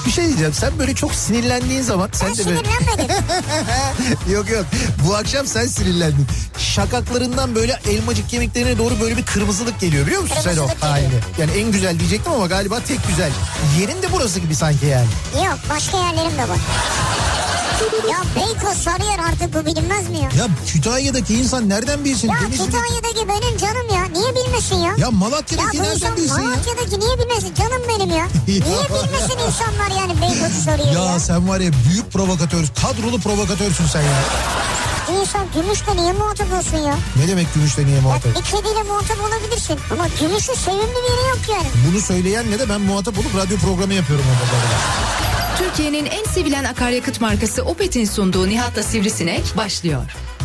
Bir şey diyeceğim, sen böyle çok sinirlendiğin zaman sen de böyle... Yok bu akşam sen sinirlendin. Şakaklarından böyle elmacık kemiklerine doğru böyle bir kırmızılık geliyor, biliyor musun sen o halini? Yani en güzel diyecektim ama galiba tek güzel. Yerin de burası gibi sanki yani. Yok, başka yerlerim de var. Ya Beykoz, Sarıyer, artık bu bilinmez mi ya? Ya Kütahya'daki insan nereden bilsin? Ya Kütahya'daki benim canım ya. Niye bilmesin ya? Ya Malatya'daki ya nereden bilsin ya? Malatya'daki niye bilmesin? Canım benim ya. Niye bilmesin insanlar yani Beykoz'u, Sarıyer'i ya? Ya sen var ya büyük provokatör, kadrolu provokatörsün sen ya. İnsan gümüşle niye muhatap olsun ya? Ne demek gümüşle niye muhatap? Ya bir kediyle muhatap olabilirsin ama gümüşün sevimli bir yeri yok yani. Bunu söyleyen ne de ben muhatap olup radyo programı yapıyorum orada. Türkiye'nin en sevilen akaryakıt markası Opet'in sunduğu Nihat'la Sivrisinek başlıyor.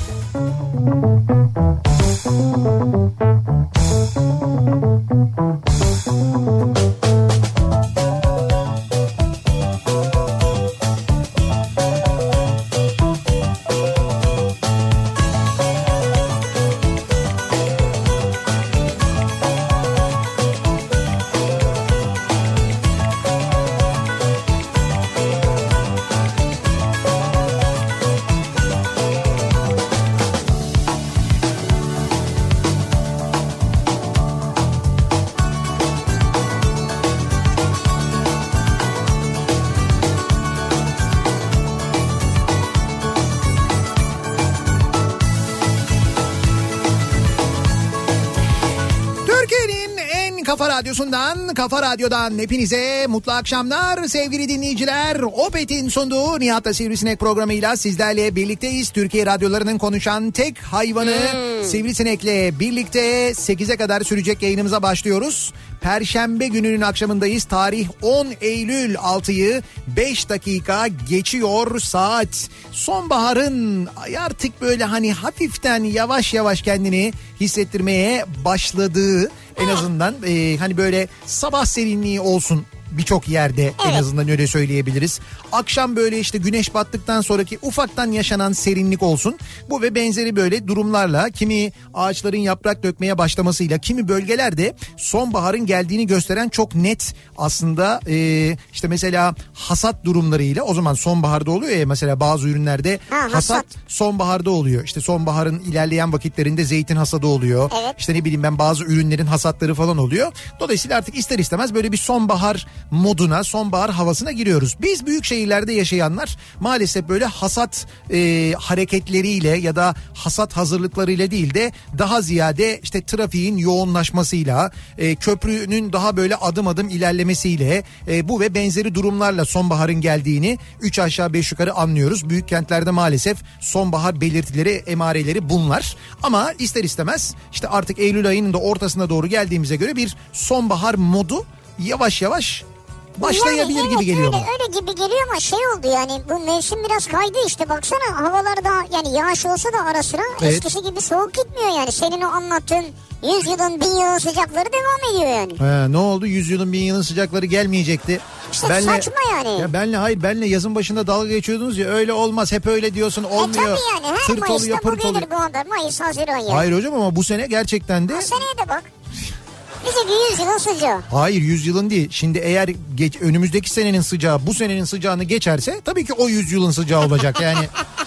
Kafa Radyo'dan hepinize mutlu akşamlar sevgili dinleyiciler. Opet'in sunduğu Nihat'la Sivrisinek programıyla sizlerle birlikteyiz. Türkiye radyolarının konuşan tek hayvanı Sivrisinek'le birlikte 8'e kadar sürecek yayınımıza başlıyoruz. Perşembe gününün akşamındayız. Tarih 10 Eylül 6'yı 5 dakika geçiyor saat. Sonbaharın artık böyle hani hafiften yavaş yavaş kendini hissettirmeye başladığı, en azından hani böyle sabah serinliği olsun birçok yerde, evet. En azından öyle söyleyebiliriz. Akşam böyle işte güneş battıktan sonraki ufaktan yaşanan serinlik olsun. Bu ve benzeri böyle durumlarla, kimi ağaçların yaprak dökmeye başlamasıyla, kimi bölgelerde sonbaharın geldiğini gösteren çok net aslında işte mesela hasat durumlarıyla, o zaman sonbaharda oluyor ya mesela bazı ürünlerde hasat sonbaharda oluyor. İşte sonbaharın ilerleyen vakitlerinde zeytin hasadı oluyor. Evet. İşte ne bileyim ben bazı ürünlerin hasatları falan oluyor. Dolayısıyla artık ister istemez böyle bir sonbahar moduna, sonbahar havasına giriyoruz. Biz büyük şehirlerde yaşayanlar maalesef böyle hasat hareketleriyle ya da hasat hazırlıklarıyla değil de daha ziyade işte trafiğin yoğunlaşmasıyla, köprünün daha böyle adım adım ilerlemesiyle, bu ve benzeri durumlarla sonbaharın geldiğini 3 aşağı 5 yukarı anlıyoruz. Büyük kentlerde maalesef sonbahar belirtileri, emareleri bunlar. Ama ister istemez işte artık Eylül ayının da ortasına doğru geldiğimize göre bir sonbahar modu yavaş yavaş başlayabilir yani, gibi geliyor. Öyle gibi geliyor ama şey oldu yani, bu mevsim biraz kaydı işte, baksana havalar da yani yağış olsa da ara sıra eskisi gibi soğuk gitmiyor yani. Senin o anlattığın 100 yılın 1000 yılın sıcakları devam ediyor yani. Ne oldu, 100 yılın 1000 yılın sıcakları gelmeyecekti. İşte saçma yani. Ya benle yazın başında dalga geçiyordunuz ya, öyle olmaz hep öyle diyorsun, olmuyor. Tabii yani her Mayıs'ta bu gelir bu anda, Mayıs, Haziran yani. Hayır hocam ama bu sene gerçekten de. Bu seneye de bak. Bizdeki 100 yılın sıcağı. Hayır 100 yılın değil. Şimdi eğer önümüzdeki senenin sıcağı bu senenin sıcağını geçerse tabii ki o 100 yılın sıcağı olacak yani.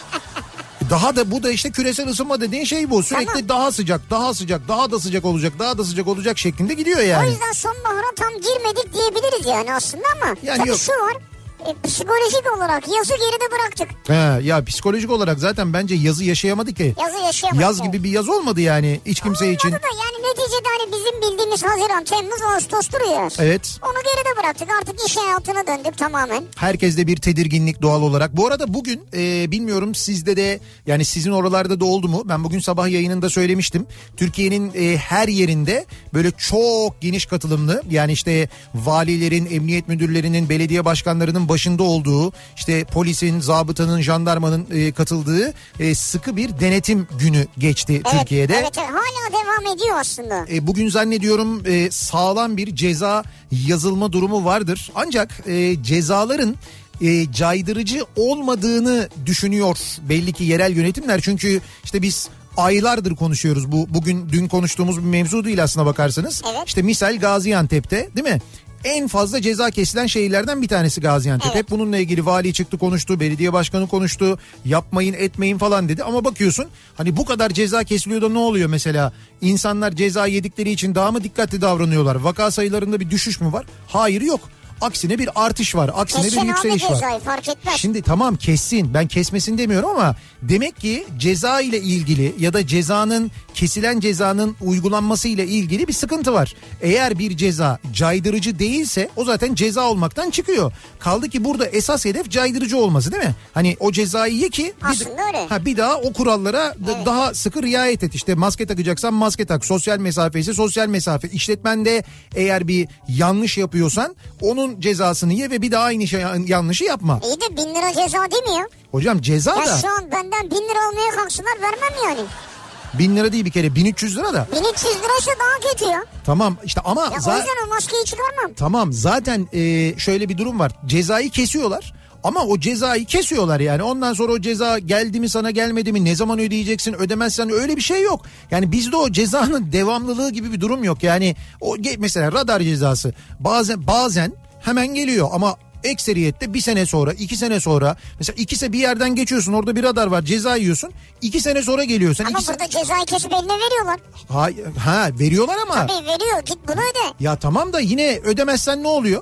Daha da bu da işte küresel ısınma dediğin şey bu. Sürekli tamam. Daha sıcak, daha sıcak, daha da sıcak olacak, daha da sıcak olacak şeklinde gidiyor yani. O yüzden sonbahara tam girmedik diyebiliriz yani aslında ama yani tabii yok. Şu var. Psikolojik olarak yazı geride bıraktık. Ya psikolojik olarak zaten bence yazı yaşayamadık ki. Yazı yaşayamadık. Yaz gibi bir yaz olmadı yani hiç kimse için. Olmadı da yani neticede hani bizim bildiğimiz Haziran, Temmuz, Ağustos duruyor. Evet. Onu geride bıraktık, artık iş hayatına döndük tamamen. Herkeste bir tedirginlik doğal olarak. Bu arada bugün bilmiyorum sizde de, yani sizin oralarda da oldu mu? Ben bugün sabah yayınında söylemiştim. Türkiye'nin her yerinde böyle çok geniş katılımlı, yani işte valilerin, emniyet müdürlerinin, belediye başkanlarının başında olduğu, işte polisin, zabıtanın, jandarmanın katıldığı sıkı bir denetim günü geçti Türkiye'de. Evet, hala devam ediyor aslında. Bugün zannediyorum sağlam bir ceza yazılma durumu vardır. Ancak cezaların caydırıcı olmadığını düşünüyor belli ki yerel yönetimler. Çünkü işte biz aylardır konuşuyoruz. Dün konuştuğumuz bir mevzu değil aslına bakarsanız. Evet. İşte misal Gaziantep'te değil mi? en fazla ceza kesilen şehirlerden bir tanesi Gaziantep. Evet. Hep bununla ilgili vali çıktı konuştu, belediye başkanı konuştu, yapmayın etmeyin falan dedi. Ama bakıyorsun hani bu kadar ceza kesiliyor da ne oluyor mesela? İnsanlar ceza yedikleri için daha mı dikkatli davranıyorlar? Vaka sayılarında bir düşüş mü var? Hayır, yok. Aksine bir artış var. Aksine Kessin bir yükseliş abi var. cezayı, fark etmez. Şimdi tamam kessin, ben kesmesin demiyorum ama demek ki ceza ile ilgili ya da kesilen cezanın uygulanması ile ilgili bir sıkıntı var. Eğer bir ceza caydırıcı değilse o zaten ceza olmaktan çıkıyor. Kaldı ki burada esas hedef caydırıcı olması, değil mi? Hani o cezayı ye ki Aslında öyle. bir daha o kurallara daha sıkı riayet et. İşte maske takacaksan maske tak, sosyal mesafe ise sosyal mesafe. İşletmende eğer bir yanlış yapıyorsan onun cezasını ye ve bir daha aynı yanlışı yapma. İyi de 1000 lira ceza değil mi ya? Hocam ceza Ya da şu an benden 1000 lira almaya kalksınlar vermem yani. 1000 lira değil bir kere, 1300 lira da. 1300 liraysa daha kötü ya. Tamam işte ama Ya o yüzden o maskeyi çıkarmam. tamam zaten şöyle bir durum var. Cezayı kesiyorlar. Ama o cezayı kesiyorlar yani. Ondan sonra o ceza geldi mi sana, gelmedi mi, ne zaman ödeyeceksin, ödemezsen, öyle bir şey yok. Yani bizde o cezanın devamlılığı gibi bir durum yok. Yani o mesela radar cezası bazen hemen geliyor ama ekseriyette bir sene sonra, 2 sene sonra, mesela bir yerden geçiyorsun, orada bir radar var, ceza yiyorsun, 2 sene sonra geliyor. Sen Ama burada cezayı kesip eline veriyorlar. Veriyorlar ama. Tabii veriyor, git bunu öde. Ya tamam da yine ödemezsen ne oluyor?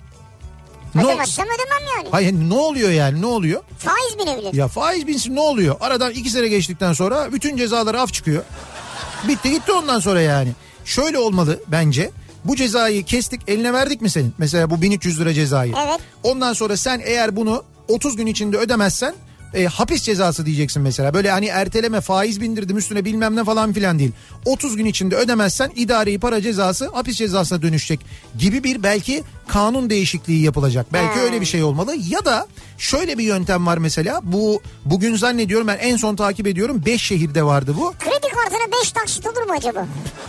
Ödemezsem ödemem yani. Hayır, ne oluyor yani, ne oluyor? Faiz binebilir. Ya faiz binsin, ne oluyor? Aradan 2 sene geçtikten sonra bütün cezalar af çıkıyor. Bitti gitti ondan sonra yani. Şöyle olmalı bence. Bu cezayı kestik, eline verdik mi senin? Mesela bu 1300 lira cezayı. Evet. Ondan sonra sen eğer bunu 30 gün içinde ödemezsen hapis cezası diyeceksin mesela. Böyle hani erteleme, faiz bindirdim üstüne bilmem ne falan filan değil. 30 gün içinde ödemezsen idari para cezası hapis cezasına dönüşecek gibi bir belki kanun değişikliği yapılacak. Belki öyle bir şey olmalı. Ya da şöyle bir yöntem var mesela. Bugün zannediyorum, ben en son takip ediyorum, 5 şehirde vardı bu. Kredi kartına 5 taksit olur mu acaba?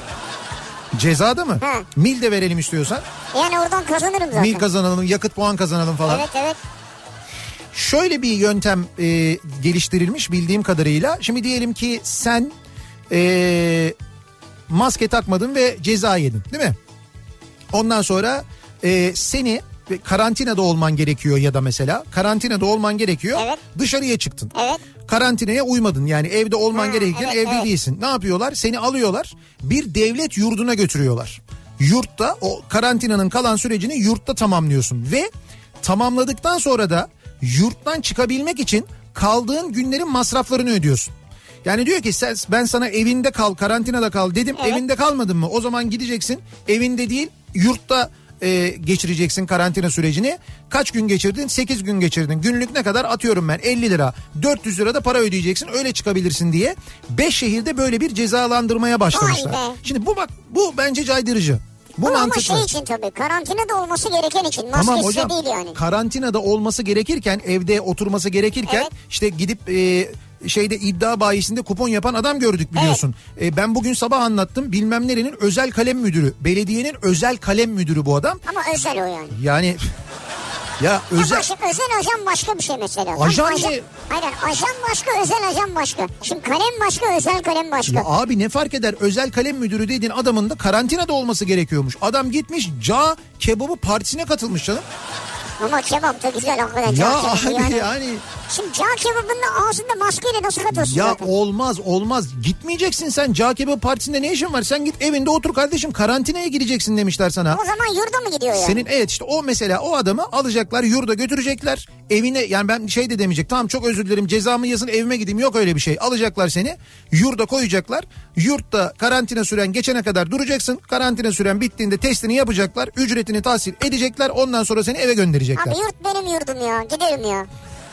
Cezada mı? He. Mil de verelim istiyorsan. Yani oradan kazanırım zaten. Mil kazanalım, yakıt puan kazanalım falan. Evet. Şöyle bir yöntem geliştirilmiş bildiğim kadarıyla. Şimdi diyelim ki sen maske takmadın ve ceza yedin, değil mi? Ondan sonra seni karantinada olman gerekiyor ya da mesela karantinada olman gerekiyor. Evet. Dışarıya çıktın. Evet. Karantinaya uymadın, yani evde olman gerekirken evde değilsin. Ne yapıyorlar? Seni alıyorlar, bir devlet yurduna götürüyorlar. Yurtta o karantinanın kalan sürecini yurtta tamamlıyorsun ve tamamladıktan sonra da yurttan çıkabilmek için kaldığın günlerin masraflarını ödüyorsun. Yani diyor ki ben sana evinde kal, karantinada kal dedim. Evet. Evinde kalmadın mı? O zaman gideceksin, evinde değil yurtta geçireceksin karantina sürecini. Kaç gün geçirdin? 8 gün geçirdin. Günlük ne kadar? Atıyorum ben 50 lira. 400 lira da para ödeyeceksin, öyle çıkabilirsin diye. 5 şehirde böyle bir cezalandırmaya başlamışlar. Şimdi bu bence caydırıcı. Bu mantıklı. Ama için tabii, karantinada olması gereken için, maskesiz tamam hocam, değil yani. Karantinada olması gerekirken, evde oturması gerekirken işte gidip iddia bayisinde kupon yapan adam gördük biliyorsun. Evet. Ben bugün sabah anlattım, bilmem nerenin özel kalem müdürü, belediyenin özel kalem müdürü bu adam. Ama özel o yani. Yani ya özel ajan başka bir şey mesela. Ajan ne? Hayır, ajan başka, özel ajan başka. Şimdi kalem başka, özel kalem başka. Ya abi ne fark eder? Özel kalem müdürü dediğin adamın da karantinada olması gerekiyormuş. Adam gitmiş Cağ Kebabı partisine katılmış canım. Ama kebap da güzel hakikaten. Ya abi yani. Şimdi cağ kebabının ağzında maskeyle nasıl katılsın ya zaten? Olmaz. Gitmeyeceksin sen, cağ kebabı partisinde ne işin var? Sen git evinde otur kardeşim, karantinaya gireceksin demişler sana. O zaman yurda mı gidiyor yani? Senin işte o mesela, o adamı alacaklar, yurda götürecekler. Evine, yani ben de demeyecek, tamam çok özür dilerim cezamı yazın evime gideyim, yok öyle bir şey. Alacaklar seni yurda koyacaklar. Yurtta karantina süren geçene kadar duracaksın. Karantina süren bittiğinde testini yapacaklar. Ücretini tahsil edecekler. Ondan sonra seni eve gönderecekler. Abi yurt benim yurdum ya, giderim ya.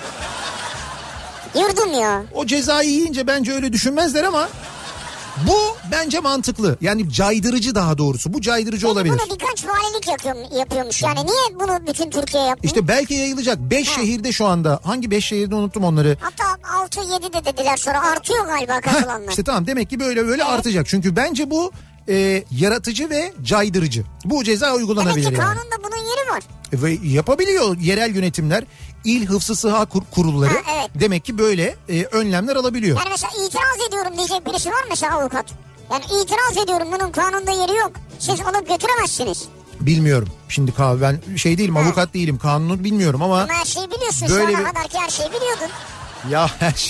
Yurdum ya. O cezayı yiyince bence öyle düşünmezler ama bu bence mantıklı. Yani caydırıcı, daha doğrusu. Bu caydırıcı olabilir. Bunu birkaç valilik yapıyormuş. Yani niye bunu bütün Türkiye yapmıyor? İşte belki yayılacak. 5 şehirde şu anda. Hangi 5 şehirde unuttum onları. Hatta 6-7 de dediler, sonra artıyor galiba katılanlar. İşte tamam, demek ki böyle artacak. Çünkü bence bu yaratıcı ve caydırıcı. Bu ceza uygulanabilir. Demek ki yani. kanunda bunun yeri var. Ve yapabiliyor yerel yönetimler, il hıfzı sıha kurulları. Evet. Demek ki böyle önlemler alabiliyor. Yani mesela itiraz ediyorum diyecek birisi var mesela, avukat. Yani itiraz ediyorum, bunun kanunda yeri yok. Siz alıp götüremezsiniz. Bilmiyorum. Şimdi ben şey değilim, avukat değilim, kanunu bilmiyorum ama her şeyi biliyorsun, böyle şu ana kadar ki her şeyi biliyordun. Ya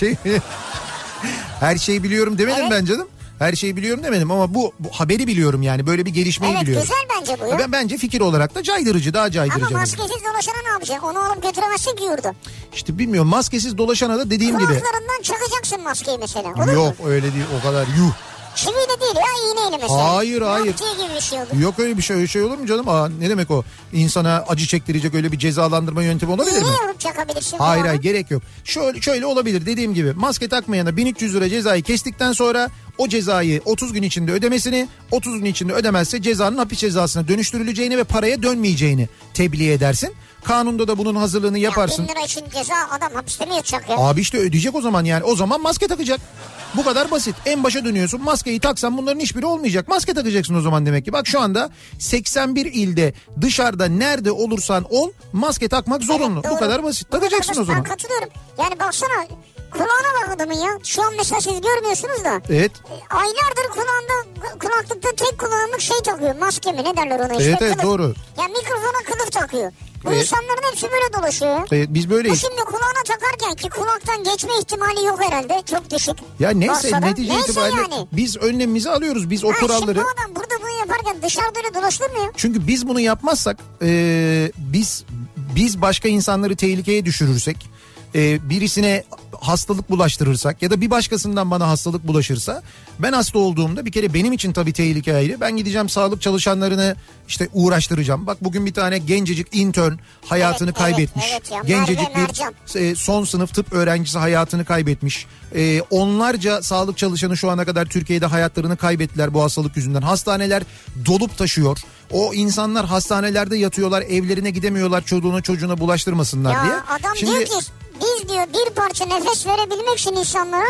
her şeyi biliyorum demedim ben canım. Her şeyi biliyorum demedim ama bu haberi biliyorum yani, böyle bir gelişmeyi biliyorum. Evet, güzel bence bu ya. Bence fikir olarak da caydırıcı, daha caydırıcı. Ama maskesiz dolaşana ne yapacaksın? Onu alıp götüremezsin ki yurda. İşte bilmiyorum, maskesiz dolaşana da dediğim gibi. Kulaklarından çakacaksın maskeyi mesela. Olur Yok mu? öyle değil, o kadar yuh. Çiviyle değil ya, iğneyle mesela. Hayır. Yaptığı gibi bir şey olur. Yok öyle bir şey, öyle şey olur mu canım? Ne demek o? İnsana acı çektirecek öyle bir cezalandırma yöntemi olabilir mi? İğne alıp çakabilirsin. Hayır gerek yok. Şöyle olabilir, dediğim gibi maske takmayana 1300 lira cezayı kestikten sonra o cezayı 30 gün içinde ödemesini, 30 gün içinde ödemezse cezanın hapis cezasına dönüştürüleceğini ve paraya dönmeyeceğini tebliğ edersin. Kanunda da bunun hazırlığını yaparsın. 1000 lira için ceza, adam hapiste mi yatacak ya? Abi işte ödeyecek o zaman yani. O zaman maske takacak. Bu kadar basit. En başa dönüyorsun. Maskeyi taksan bunların hiçbiri olmayacak. Maske takacaksın o zaman demek ki. Bak şu anda 81 ilde dışarıda nerede olursan ol maske takmak zorunlu. Evet, bu kadar basit. Takacaksın o zaman. Ben katılıyorum. Yani baksana, kulağına bak adamın ya. Şu an mesela siz görmüyorsunuz da. Evet. Aylardır kulaklıkta tek kullanımlık şey takıyor. Maske mi ne derler ona işte. Evet doğru. Ya mikrofona kılıf takıyor. Bu insanların hepsi böyle dolaşıyor ya. Evet, biz böyleyiz. Bu şimdi kulağına takarken ki kulaktan geçme ihtimali yok herhalde. Çok düşük. Ya neyse netice itibariyle yani. biz önlemimizi alıyoruz. Biz o kuralları. Şimdi bu adam burada bunu yaparken dışarıda öyle dolaşılır mı ya? Çünkü biz bunu yapmazsak biz başka insanları tehlikeye düşürürsek, birisine hastalık bulaştırırsak ya da bir başkasından bana hastalık bulaşırsa, ben hasta olduğumda bir kere benim için tabii tehlike ayrı. Ben gideceğim sağlık çalışanlarını işte uğraştıracağım. Bak bugün bir tane gencecik intern hayatını kaybetmiş. Evet ya, gencecik bir son sınıf tıp öğrencisi hayatını kaybetmiş. Onlarca sağlık çalışanı şu ana kadar Türkiye'de hayatlarını kaybettiler bu hastalık yüzünden. Hastaneler dolup taşıyor. O insanlar hastanelerde yatıyorlar, evlerine gidemiyorlar çocuğuna bulaştırmasınlar ya diye. Adam diyor ki biz diyor bir parça nefes verebilmek için insanlara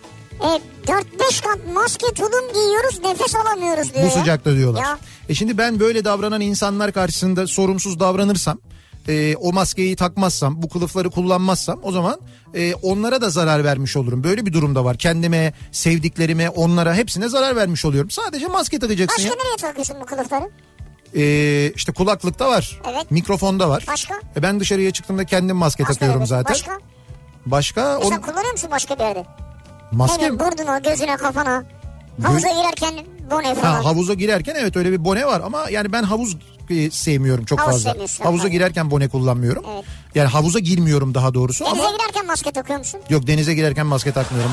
4-5 kat maske tulum giyiyoruz, nefes alamıyoruz diyor. Bu sıcakta diyorlar. Ya. Şimdi ben böyle davranan insanlar karşısında sorumsuz davranırsam, o maskeyi takmazsam, bu kılıfları kullanmazsam o zaman onlara da zarar vermiş olurum. Böyle bir durumda var. Kendime, sevdiklerime, onlara, hepsine zarar vermiş oluyorum. Sadece maske takacaksın. Başka nereye takıyorsun bu kılıfları? İşte kulaklıkta var. Evet. Mikrofonda var. Başka? Ben dışarıya çıktığımda kendim maske takıyorum zaten. Başka? Mesela kullanıyor musun başka bir yerde? Maske mi? Burnuna, gözüne, kafana. Havuza girerken bone falan. Havuza girerken evet öyle bir bone var ama yani ben havuz sevmiyorum çok fazla. Havuza girerken bone kullanmıyorum. Evet. Yani havuza girmiyorum daha doğrusu. Denize girerken maske takıyor musun? Yok, denize girerken maske takmıyorum.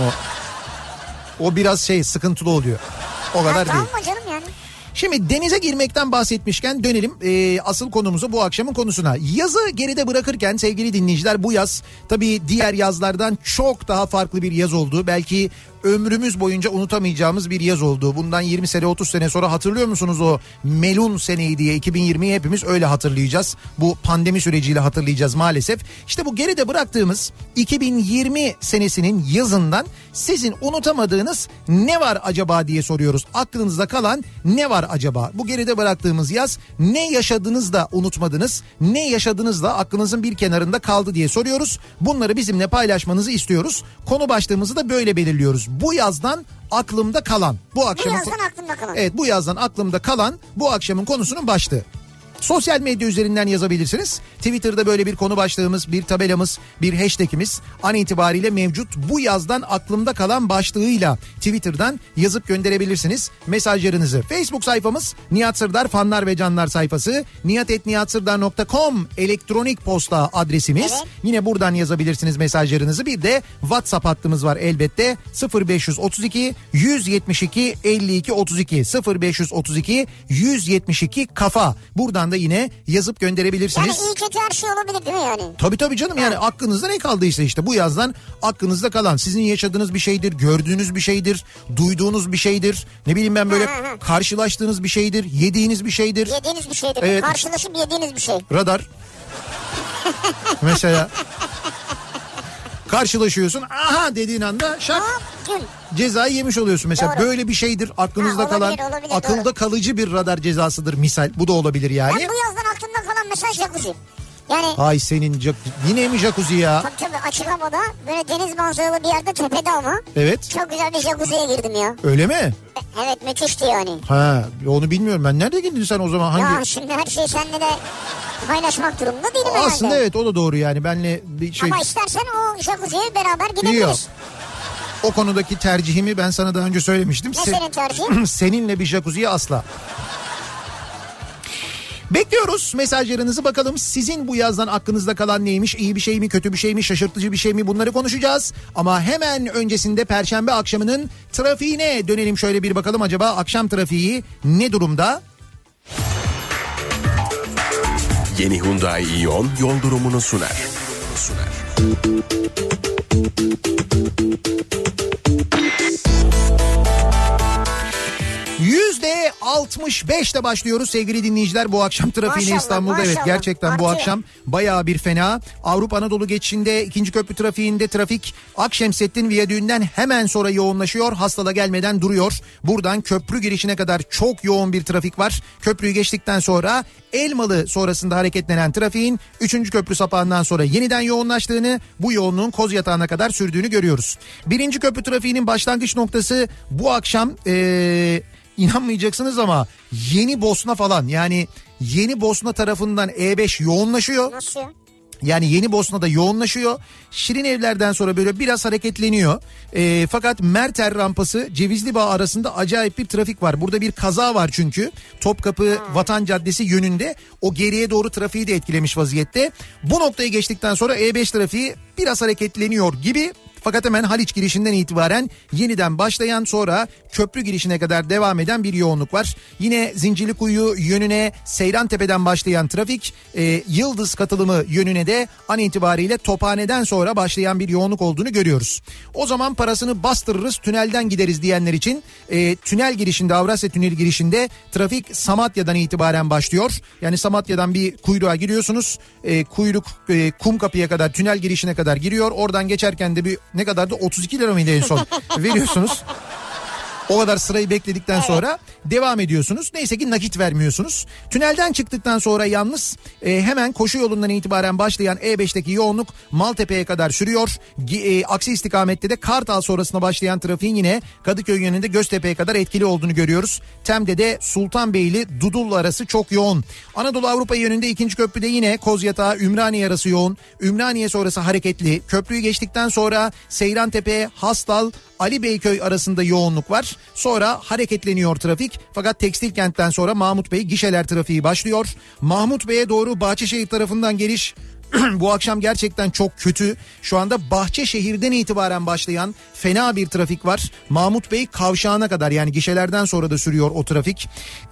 O biraz sıkıntılı oluyor. O kadar değil. Tamam canım yani. Şimdi denize girmekten bahsetmişken dönelim asıl konumuza, bu akşamın konusuna. Yazı geride bırakırken sevgili dinleyiciler, bu yaz tabii diğer yazlardan çok daha farklı bir yaz oldu. Belki ömrümüz boyunca unutamayacağımız bir yaz oldu. Bundan 20 sene 30 sene sonra hatırlıyor musunuz o melun seneyi diye? 2020'yi hepimiz öyle hatırlayacağız. Bu pandemi süreciyle hatırlayacağız maalesef. İşte bu geride bıraktığımız 2020 senesinin yazından sizin unutamadığınız ne var acaba diye soruyoruz. Aklınızda kalan ne var acaba? Bu geride bıraktığımız yaz ne yaşadınız da unutmadınız? Ne yaşadınız da aklınızın bir kenarında kaldı diye soruyoruz. Bunları bizimle paylaşmanızı istiyoruz. Konu başlığımızı da böyle belirliyoruz. Bu yazdan aklımda kalan. Bu yazdan aklımda kalan. Evet, bu yazdan aklımda kalan bu akşamın konusunun başlığı. Sosyal medya üzerinden yazabilirsiniz. Twitter'da böyle bir konu başlığımız, bir tabelamız, bir hashtagimiz an itibariyle mevcut. Bu yazdan aklımda kalan başlığıyla Twitter'dan yazıp gönderebilirsiniz mesajlarınızı. Facebook sayfamız Nihat Sırdar fanlar ve canlar sayfası. nihat@nihatsırdar.com elektronik posta adresimiz. Evet. Yine buradan yazabilirsiniz mesajlarınızı. Bir de WhatsApp hattımız var elbette. 0532 172 52 32 0532 172 kafa. Buradan da yine yazıp gönderebilirsiniz. Yani iyi kötü her şey olabilir değil mi yani? Tabii canım, yani aklınızda ne kaldıysa işte bu yazdan aklınızda kalan, sizin yaşadığınız bir şeydir, gördüğünüz bir şeydir, duyduğunuz bir şeydir. Ne bileyim ben böyle karşılaştığınız bir şeydir, yediğiniz bir şeydir. Yediğiniz bir şeydir. Evet. Karşılaşıp yediğiniz bir şey. Radar. Mesela. Karşılaşıyorsun, aha dediğin anda şak cezayı yemiş oluyorsun mesela. Doğru. Böyle bir şeydir aklınızda kalan, akılda kalıcı bir radar cezasıdır misal. Bu da olabilir yani. Ben bu yazdan aklımda kalan mesaj jacuzzi. Yani. Ay senin yine mi jacuzzi ya? Tabii açık havada böyle deniz manzaralı bir yerde tepede ama. Evet. Çok güzel bir jacuzziye girdim ya. Öyle mi? Evet müthişti yani. Ha, onu bilmiyorum ben. Nerede girdin sen o zaman? Hangi? Ya şimdi her şeyi seninle de paylaşmak durumunda değilim herhalde. Aslında evet, o da doğru yani. Benle bir şey. Ama istersen o jacuzziye beraber gidebiliriz. Yok. O konudaki tercihimi ben sana daha önce söylemiştim. Ne senin tercihin? Seninle bir jacuzziye asla. Bekliyoruz mesajlarınızı, bakalım sizin bu yazdan aklınızda kalan neymiş? İyi bir şey mi, kötü bir şey mi, şaşırtıcı bir şey mi, bunları konuşacağız. Ama hemen öncesinde Perşembe akşamının trafiğine dönelim, şöyle bir bakalım acaba akşam trafiği ne durumda? Yeni Hyundai Ion yol durumunu sunar. %65'te başlıyoruz sevgili dinleyiciler bu akşam trafiğine maşallah, İstanbul'da. maşallah. Evet, gerçekten Artıyor. bu akşam bayağı bir fena. Avrupa Anadolu geçişinde 2. köprü trafiğinde trafik Akşemseddin Viyadüğü'nden hemen sonra yoğunlaşıyor. Hastala gelmeden duruyor. Buradan köprü girişine kadar çok yoğun bir trafik var. Köprüyü geçtikten sonra Elmalı sonrasında hareketlenen trafiğin 3. köprü sapağından sonra yeniden yoğunlaştığını, bu yoğunluğun Kozyatağı'na kadar sürdüğünü görüyoruz. 1. köprü trafiğinin başlangıç noktası bu akşam İnanmayacaksınız ama Yeni Bosna falan, yani Yeni Bosna tarafından E5 yoğunlaşıyor. Nasıl ya? Yani Yeni Bosna'da yoğunlaşıyor. Şirinevler'den sonra böyle biraz hareketleniyor. Fakat Merter rampası Cevizlibağ arasında acayip bir trafik var. Burada bir kaza var çünkü. Topkapı Vatan Caddesi yönünde o geriye doğru trafiği de etkilemiş vaziyette. Bu noktayı geçtikten sonra E5 trafiği biraz hareketleniyor gibi. Fakat hemen Haliç girişinden itibaren yeniden başlayan, sonra köprü girişine kadar devam eden bir yoğunluk var. Yine Zincirlikuyu yönüne Seyrantepe'den başlayan trafik Yıldız katılımı yönüne de an itibariyle Tophane'den sonra başlayan bir yoğunluk olduğunu görüyoruz. O zaman parasını bastırırız, tünelden gideriz diyenler için tünel girişinde, Avrasya Tüneli girişinde trafik Samatya'dan itibaren başlıyor. Yani Samatya'dan bir kuyruğa giriyorsunuz. Kuyruk Kumkapı'ya kadar, tünel girişine kadar giriyor. Oradan geçerken de bir ne kadardı, 32 lira mıydı en son veriyorsunuz. O kadar sırayı bekledikten sonra devam ediyorsunuz. Neyse ki nakit vermiyorsunuz. Tünelden çıktıktan sonra yalnız hemen koşu yolundan itibaren başlayan E5'teki yoğunluk Maltepe'ye kadar sürüyor. Aksi istikamette de Kartal sonrasında başlayan trafiğin yine Kadıköy yönünde Göztepe'ye kadar etkili olduğunu görüyoruz. Tem'de de Sultanbeyli Dudullu arası çok yoğun. Anadolu Avrupa yönünde 2. köprüde yine Kozyatağı Ümraniye arası yoğun. Ümraniye sonrası hareketli. Köprüyü geçtikten sonra Seyrantepe, Hastal, Ali Beyköy arasında yoğunluk var. Sonra hareketleniyor trafik. Fakat Tekstilkent'ten sonra Mahmut Bey gişeler trafiği başlıyor. Mahmut Bey'e doğru Bahçeşehir tarafından geliş bu akşam gerçekten çok kötü. Şu anda Bahçeşehir'den itibaren başlayan fena bir trafik var. Mahmut Bey kavşağına kadar, yani gişelerden sonra da sürüyor o trafik.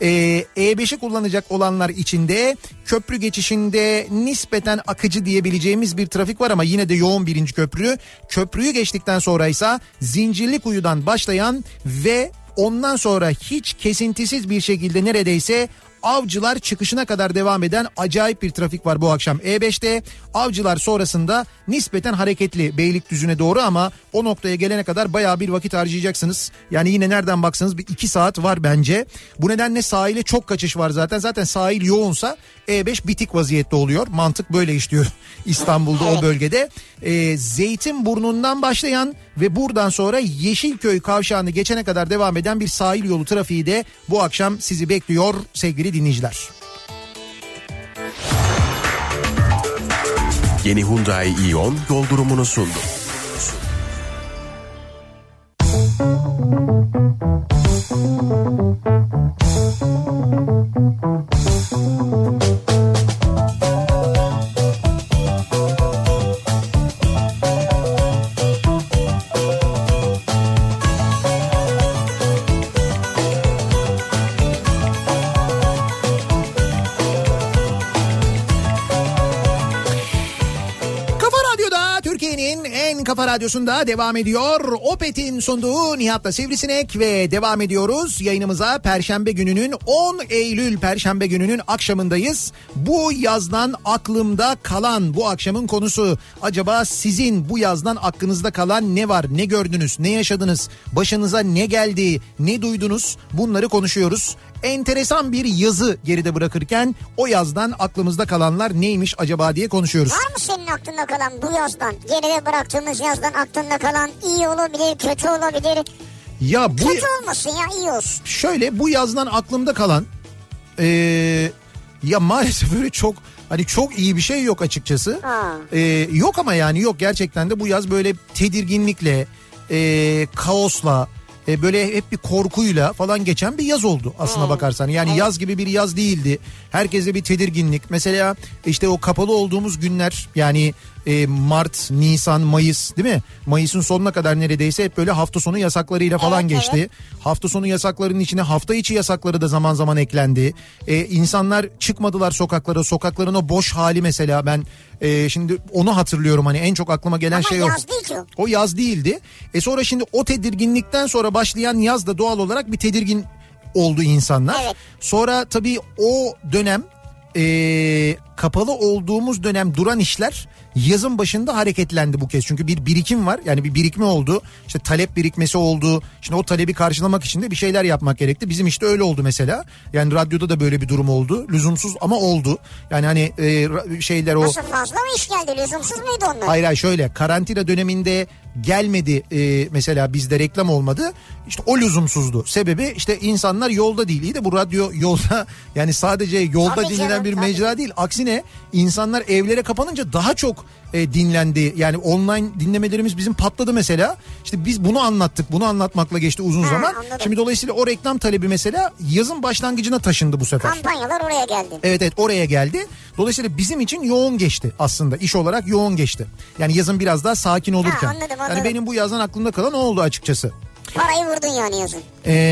E5'i kullanacak olanlar için de köprü geçişinde nispeten akıcı diyebileceğimiz bir trafik var ama yine de yoğun 1. köprü. Köprüyü geçtikten sonra ise Zincirlikuyu'dan başlayan ve ondan sonra hiç kesintisiz bir şekilde neredeyse Avcılar çıkışına kadar devam eden acayip bir trafik var bu akşam E5'te. Avcılar sonrasında nispeten hareketli Beylikdüzü'ne doğru ama o noktaya gelene kadar bayağı bir vakit harcayacaksınız. Yani yine nereden baksanız bir 2 saat var bence. Bu nedenle sahile çok kaçış var zaten. Zaten sahil yoğunsa E5 bitik vaziyette oluyor. Mantık böyle işliyor İstanbul'da, o bölgede. Zeytinburnu'ndan başlayan ve buradan sonra Yeşilköy kavşağını geçene kadar devam eden bir sahil yolu trafiği de bu akşam sizi bekliyor sevgili dinleyiciler. Yeni Hyundai Ion yol durumunu sundu. Kafa Radyosu'nda devam ediyor. Opet'in sunduğu Nihat'la Sivrisinek ve devam ediyoruz. Yayınımıza Perşembe gününün 10 Eylül Perşembe gününün akşamındayız. Bu yazdan aklımda kalan bu akşamın konusu. Acaba sizin bu yazdan aklınızda kalan ne var? Ne gördünüz? Ne yaşadınız? Başınıza ne geldi? Ne duydunuz? Bunları konuşuyoruz. enteresan bir yazı geride bırakırken o yazdan aklımızda kalanlar neymiş acaba diye konuşuyoruz. Var mı senin aklında kalan bu yazdan? Geride bıraktığımız yazdan aklında kalan iyi olabilir, kötü olabilir. Ya bu kötü olmasın ya, iyi olsun. Şöyle bu yazdan aklımda kalan ya maalesef böyle çok hani çok iyi bir şey yok açıkçası. Yok ama yani yok, gerçekten de bu yaz böyle tedirginlikle, kaosla, böyle hep bir korkuyla falan geçen bir yaz oldu aslına bakarsan. Yani yaz gibi bir yaz değildi. Herkeste bir tedirginlik. Mesela işte o kapalı olduğumuz günler, yani Mart, Nisan, Mayıs, değil mi? Mayıs'ın sonuna kadar neredeyse hep böyle hafta sonu yasaklarıyla falan geçti. Evet. Hafta sonu yasaklarının içine hafta içi yasakları da zaman zaman eklendi. İnsanlar çıkmadılar sokaklara. Sokakların o boş hali mesela, ben şimdi onu hatırlıyorum, hani en çok aklıma gelen ama şey o. Ama yaz değil ki o. O yaz değildi. Sonra şimdi o tedirginlikten sonra başlayan yaz da doğal olarak bir tedirgin oldu insanlar. Evet. Sonra tabii o dönem kapalı olduğumuz dönem duran işler yazın başında hareketlendi bu kez. Çünkü bir birikim var, yani bir birikme oldu. İşte talep birikmesi oldu. Şimdi o talebi karşılamak için de bir şeyler yapmak gerekti. Bizim işte öyle oldu mesela. Yani radyoda da böyle bir durum oldu. Lüzumsuz ama oldu. Yani hani şeyler o... Nasıl, fazla mı iş geldi? Lüzumsuz muydu onlar? Hayır şöyle, karantina döneminde gelmedi mesela, bizde reklam olmadı. İşte o lüzumsuzdu. Sebebi işte insanlar yolda değil. İyi de bu radyo yolda, yani sadece yolda tabii dinlenen canım, bir tabii. mecra değil. Aksine insanlar evlere kapanınca daha çok dinlendi. Yani online dinlemelerimiz bizim patladı mesela. İşte biz bunu anlattık. Bunu anlatmakla geçti uzun zaman. Anladım. Şimdi dolayısıyla o reklam talebi mesela yazın başlangıcına taşındı bu sefer. Kampanyalar oraya geldi. Evet oraya geldi. Dolayısıyla bizim için yoğun geçti aslında. İş olarak yoğun geçti. Yani yazın biraz daha sakin olurken. Anladım. Yani benim bu yazdan aklımda kalan o oldu açıkçası. Parayı vurdun yani yazın.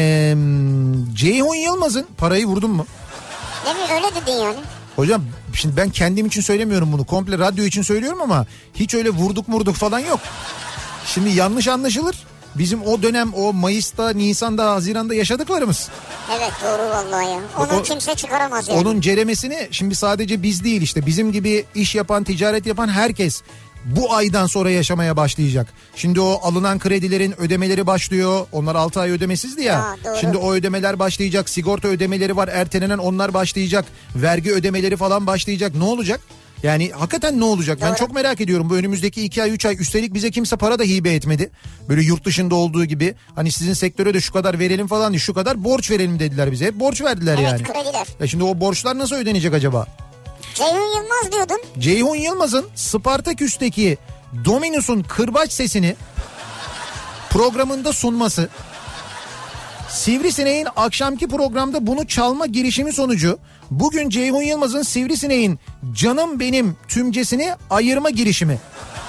Ceyhun Yılmaz'ın parayı vurdun mu? Ne mi, öyle dedin yani. Hocam şimdi ben kendim için söylemiyorum bunu. Komple radyo için söylüyorum ama hiç öyle vurduk falan yok. Şimdi yanlış anlaşılır. Bizim o dönem, o Mayıs'ta, Nisan'da, Haziran'da yaşadıklarımız. Evet doğru vallahi ya. Onu kimse çıkaramaz yani. Onun ceremesini şimdi sadece biz değil, işte bizim gibi iş yapan, ticaret yapan herkes bu aydan sonra yaşamaya başlayacak. Şimdi o alınan kredilerin ödemeleri başlıyor. Onlar 6 ay ödemesizdi ya. Şimdi o ödemeler başlayacak. Sigorta ödemeleri var, ertelenen, onlar başlayacak. Vergi ödemeleri falan başlayacak. Ne olacak? Yani hakikaten ne olacak? Doğru. Ben çok merak ediyorum. Bu önümüzdeki 2 ay 3 ay, üstelik bize kimse para da hibe etmedi. Böyle yurt dışında olduğu gibi. Hani sizin sektöre de şu kadar verelim falan değil, şu kadar borç verelim dediler bize. Hep borç verdiler yani. Evet, krediler. Şimdi o borçlar nasıl ödenecek acaba? Ceyhun Yılmaz diyordun. Ceyhun Yılmaz'ın Spartaküs'teki Dominus'un kırbaç sesini programında sunması, Sivrisineğin akşamki programda bunu çalma girişimi sonucu bugün Ceyhun Yılmaz'ın Sivrisineğin canım benim tümcesini ayırma girişimi.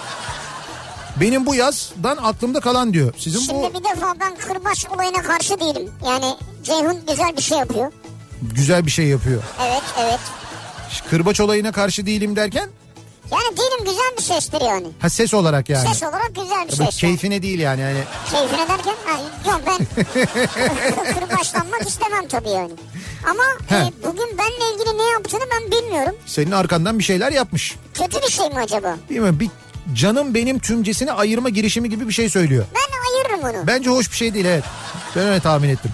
Benim bu yazdan aklımda kalan diyor. Sizin şimdi bu... bir defa ben kırbaç olayına karşı değilim. Yani Ceyhun güzel bir şey yapıyor. Güzel bir şey yapıyor. Evet. Kırbaç olayına karşı değilim derken? Yani değilim, güzel bir sestir yani. Ha, ses olarak yani. Ses olarak güzel bir ses. Keyfine değil yani. Keyfine derken? Yok ben kırbaçlanmak istemem tabii yani. Ama bugün benle ilgili ne yaptığını ben bilmiyorum. Senin arkandan bir şeyler yapmış. Kötü bir şey mi acaba? Bilmiyorum, bir canım benim tümcesini ayırma girişimi gibi bir şey söylüyor. Ben ayırırım onu. Bence hoş bir şey değil, evet. Ben öyle tahmin ettim.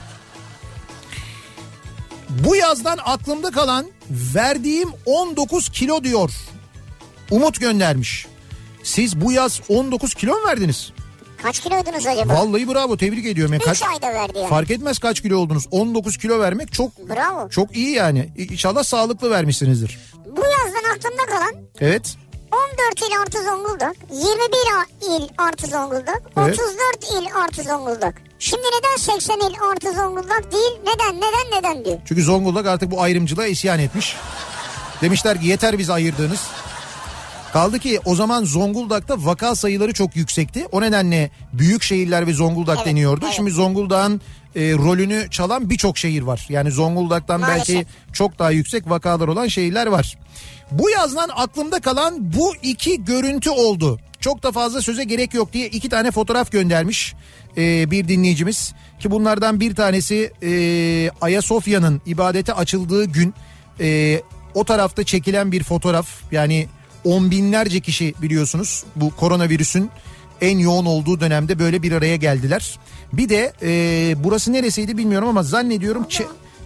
Bu yazdan aklımda kalan verdiğim 19 kilo diyor. Umut göndermiş. Siz bu yaz 19 kilo mu verdiniz? Kaç kiloydunuz acaba? Vallahi bravo, tebrik ediyorum. 3 ayda verdi yani. Fark etmez kaç kilo oldunuz. 19 kilo vermek çok bravo. Çok iyi yani. İnşallah sağlıklı vermişsinizdir. Bu yazdan aklımda kalan. Evet. 14 il artı Zonguldak, 21 il artı Zonguldak, evet. 34 il artı Zonguldak. Şimdi neden 80 il artı Zonguldak değil? Neden diyor. Çünkü Zonguldak artık bu ayrımcılığa isyan etmiş. Demişler ki yeter bizi ayırdığınız. Kaldı ki o zaman Zonguldak'ta vaka sayıları çok yüksekti. O nedenle büyük şehirler ve Zonguldak deniyordu. Evet. Şimdi Zonguldak'ın rolünü çalan birçok şehir var. Yani Zonguldak'tan maalesef belki çok daha yüksek vakalar olan şehirler var. Bu yazdan aklımda kalan bu iki görüntü oldu. Çok da fazla söze gerek yok diye 2 tane fotoğraf göndermiş bir dinleyicimiz. Ki bunlardan bir tanesi Ayasofya'nın ibadete açıldığı gün o tarafta çekilen bir fotoğraf. Yani 10 binlerce kişi biliyorsunuz bu koronavirüsün en yoğun olduğu dönemde böyle bir araya geldiler. Bir de burası neresiydi bilmiyorum ama zannediyorum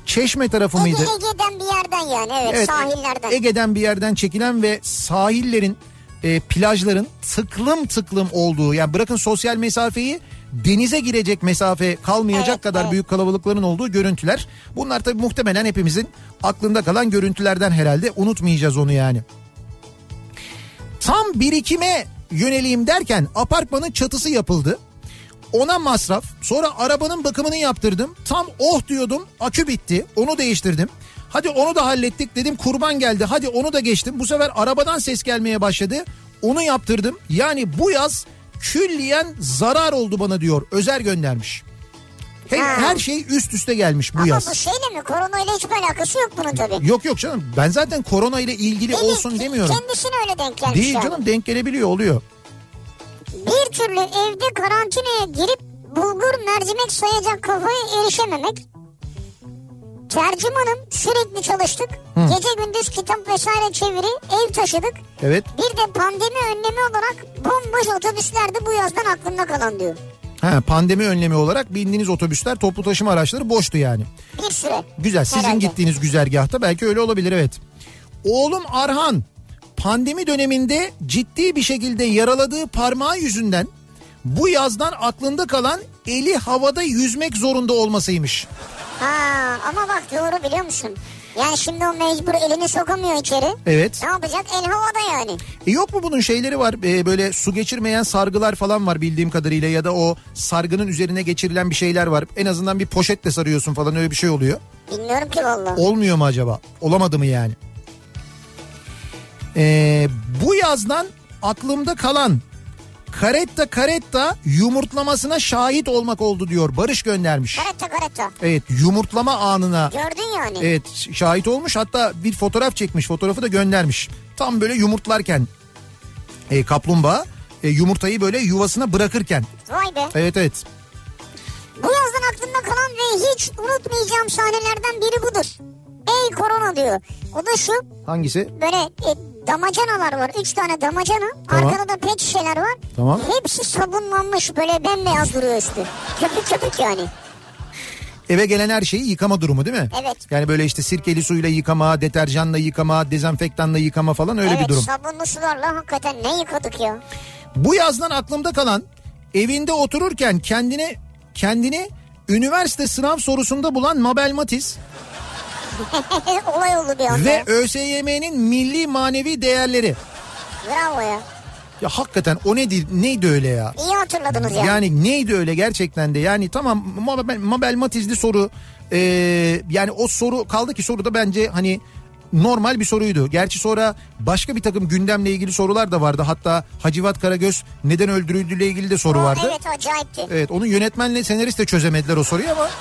Çeşme tarafı mıydı? Ege'den bir yerden yani evet sahillerden. Ege'den bir yerden çekilen ve sahillerin plajların tıklım tıklım olduğu, yani bırakın sosyal mesafeyi, denize girecek mesafe kalmayacak kadar büyük kalabalıkların olduğu görüntüler. Bunlar tabii muhtemelen hepimizin aklında kalan görüntülerden herhalde, unutmayacağız onu yani. Tam birikime yöneleyim derken apartmanın çatısı yapıldı. Ona masraf, sonra arabanın bakımını yaptırdım. Tam diyordum, akü bitti, onu değiştirdim. Hadi onu da hallettik dedim, kurban geldi, hadi onu da geçtim. Bu sefer arabadan ses gelmeye başladı, onu yaptırdım. Yani bu yaz külliyen zarar oldu bana diyor, Özer göndermiş. Her şey üst üste gelmiş bu yaz. Ama bu şeyle mi, koronayla hiçbir alakası yok bunun tabii. Yok canım, ben zaten korona ile ilgili olsun demiyorum. Kendisine öyle denk gelmiş. Değil canım, denk gelebiliyor, oluyor. Bir türlü evde karantinaya girip bulgur mercimek sayacak kafaya erişememek. Tercümanım, sürekli çalıştık. Gece gündüz kitap vesaire çeviri, ev taşıdık. Evet. Bir de pandemi önlemi olarak bomboş otobüslerde bu yazdan aklımda kalan diyor. Pandemi önlemi olarak bindiğiniz otobüsler, toplu taşıma araçları boştu yani. Bir süre. Güzel, sizin herhalde gittiğiniz güzergahta belki öyle olabilir, evet. Oğlum Arhan pandemi döneminde ciddi bir şekilde yaraladığı parmağı yüzünden bu yazdan aklında kalan eli havada yüzmek zorunda olmasıymış. Ama bak doğru, biliyor musun? Yani şimdi o mecbur elini sokamıyor içeri. Evet. Ne yapacak? El havada yani. Yok mu bunun şeyleri var, böyle su geçirmeyen sargılar falan var bildiğim kadarıyla, ya da o sargının üzerine geçirilen bir şeyler var. En azından bir poşetle sarıyorsun falan, öyle bir şey oluyor. Bilmiyorum ki vallahi. Olmuyor mu acaba? Olamadı mı yani? Bu yazdan aklımda kalan karetta yumurtlamasına şahit olmak oldu diyor, Barış göndermiş. Karetta. Evet, yumurtlama anına. Gördün yani. Evet, şahit olmuş, hatta bir fotoğraf çekmiş, fotoğrafı da göndermiş. Tam böyle yumurtlarken kaplumbağa yumurtayı böyle yuvasına bırakırken. Vay be. Evet. Bu yazdan aklımda kalan ve hiç unutmayacağım sahnelerden biri budur. Ey korona diyor. O da şu. Hangisi? Böyle damacanalar var. 3 tane damacana. Tamam. Arkada da pet şişeler var. Tamam. Hepsi sabunlanmış, böyle bembeyaz duruyor üstü. Köpük yani. Eve gelen her şeyi yıkama durumu değil mi? Evet. Yani böyle işte sirkeli suyla yıkama, deterjanla yıkama, dezenfektanla yıkama falan, öyle bir durum. Evet, sabunlu sularla hakikaten ne yıkadık ya. Bu yazdan aklımda kalan, evinde otururken kendini üniversite sınav sorusunda bulan Mabel Matiz Olay oldu bir anda. ve ÖSYM'nin milli manevi değerleri. Bravo ya. Ya hakikaten o neydi öyle ya? İyi hatırladınız yani. Yani neydi öyle gerçekten de, yani tamam Mabel Matiz'li soru, yani o soru kaldı ki, soru da bence hani normal bir soruydu. Gerçi sonra başka bir takım gündemle ilgili sorular da vardı. Hatta Hacivat Karagöz neden öldürüldüğüyle ilgili de soru vardı. Evet, acayipti. Evet, onu yönetmenle senarist de çözemediler o soruyu ama...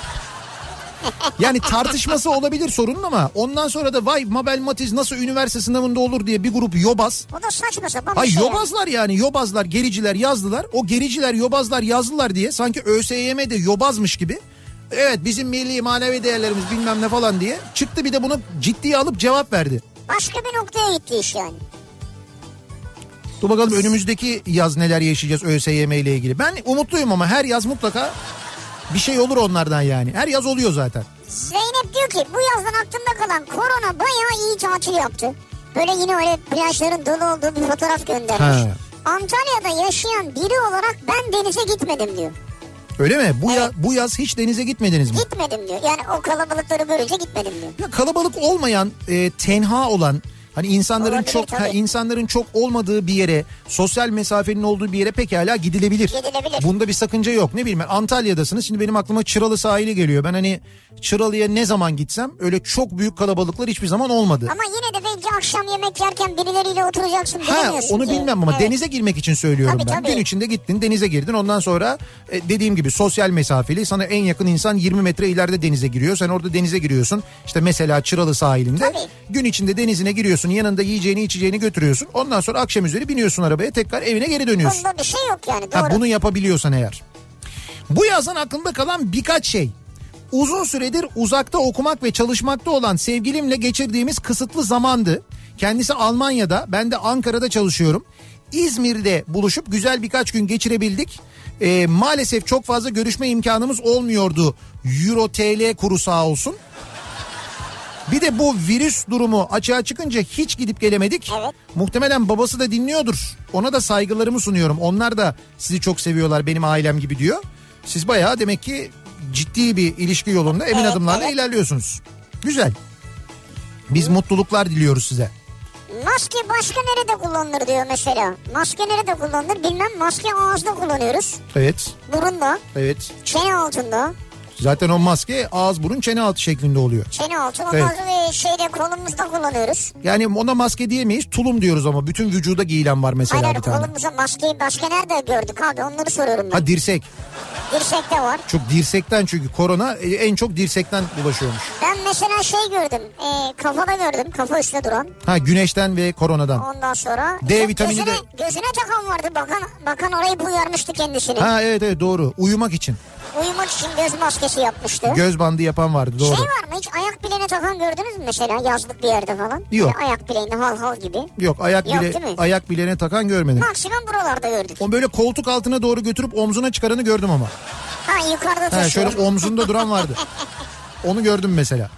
Yani tartışması olabilir sorunun, ama ondan sonra da vay Mabel Matiz nasıl üniversite sınavında olur diye bir grup yobaz. O da saçma sapan bir şey. Yobazlar yani, yobazlar, gericiler yazdılar. O gericiler, yobazlar yazdılar diye sanki ÖSYM de yobazmış gibi. Evet, bizim milli manevi değerlerimiz bilmem ne falan diye çıktı, bir de bunu ciddiye alıp cevap verdi. Başka bir noktaya gitti iş yani. Dur bakalım önümüzdeki yaz neler yaşayacağız ÖSYM ile ilgili. Ben umutluyum ama her yaz mutlaka bir şey olur onlardan yani. Her yaz oluyor zaten. Zeynep diyor ki bu yazdan aklımda kalan korona bayağı iyi tatil yaptı. Böyle yine öyle plajların dolu olduğu bir fotoğraf göndermiş. Antalya'da yaşayan biri olarak ben denize gitmedim diyor. Öyle mi? Bu yaz hiç denize gitmediniz mi? Gitmedim diyor. Yani o kalabalıkları görünce gitmedim diyor. Ya kalabalık olmayan, tenha olan, hani insanların çok olmadığı bir yere, sosyal mesafenin olduğu bir yere pekala gidilebilir. Bunda bir sakınca yok. Ne bileyim, Antalya'dasınız. Şimdi benim aklıma Çıralı sahili geliyor. Ben hani Çıralı'ya ne zaman gitsem öyle çok büyük kalabalıklar hiçbir zaman olmadı. Ama yine de belki akşam yemek yerken birileriyle oturacaksın, bilemiyorsun. Onu bilmem ama denize girmek için söylüyorum ben. Tabii. Gün içinde gittin, denize girdin. Ondan sonra dediğim gibi sosyal mesafeli, sana en yakın insan 20 metre ileride denize giriyor. Sen orada denize giriyorsun. İşte mesela Çıralı sahilinde. Tabii. Gün içinde denizine giriyorsun. Yanında yiyeceğini içeceğini götürüyorsun. Ondan sonra akşam üzeri biniyorsun arabaya, tekrar evine geri dönüyorsun. Bunda bir şey yok yani, doğru. Bunu yapabiliyorsan eğer. Bu yazdan aklımda kalan birkaç şey. Uzun süredir uzakta okumak ve çalışmakta olan sevgilimle geçirdiğimiz kısıtlı zamandı. Kendisi Almanya'da, ben de Ankara'da çalışıyorum. İzmir'de buluşup güzel birkaç gün geçirebildik. Maalesef çok fazla görüşme imkanımız olmuyordu. Euro TL kuru sağ olsun. Bir de bu virüs durumu açığa çıkınca hiç gidip gelemedik. Evet. Muhtemelen babası da dinliyordur. Ona da saygılarımı sunuyorum. Onlar da sizi çok seviyorlar, benim ailem gibi diyor. Siz bayağı demek ki ciddi bir ilişki yolunda emin adımlarla ilerliyorsunuz. Güzel. Biz mutluluklar diliyoruz size. Maske başka nerede kullanılır diyor mesela. Maske nerede kullanılır bilmem. Maske ağızda kullanıyoruz. Evet. Burunda. Evet. Çene altında. Zaten o maske ağız burun çene altı şeklinde oluyor. Çene altı. Ondan sonra şeyde kolumuzda kullanıyoruz. Yani ona maske diyemeyiz, tulum diyoruz ama bütün vücuda giyilen var mesela. Hayır, bir tane. kolumuza maskeyi başka nerede gördük abi, onları soruyorum ben. Ha, dirsek. Dirsekte var. Çok dirsekten, çünkü korona en çok dirsekten bulaşıyormuş. Ben mesela şey gördüm, kafada gördüm, kafa üstüne duran. Ha, güneşten ve koronadan. Ondan sonra D vitamini gözüne takan vardı, bakan orayı uyarmıştı kendisini. Ha evet doğru, uyumak için. Uyumak için göz maskesi yapmıştı. Göz bandı yapan vardı, doğru. Şey var mı hiç, ayak bileğine takan gördünüz mü mesela yazlık bir yerde falan? Yok. Böyle ayak bileğine hal gibi. Yok, ayak bileğine takan görmedim. Maksimum buralarda gördük. O böyle koltuk altına doğru götürüp omzuna çıkaranı gördüm ama. Ha, yukarıda taşıyor. Şöyle omzunda duran vardı. Onu gördüm mesela.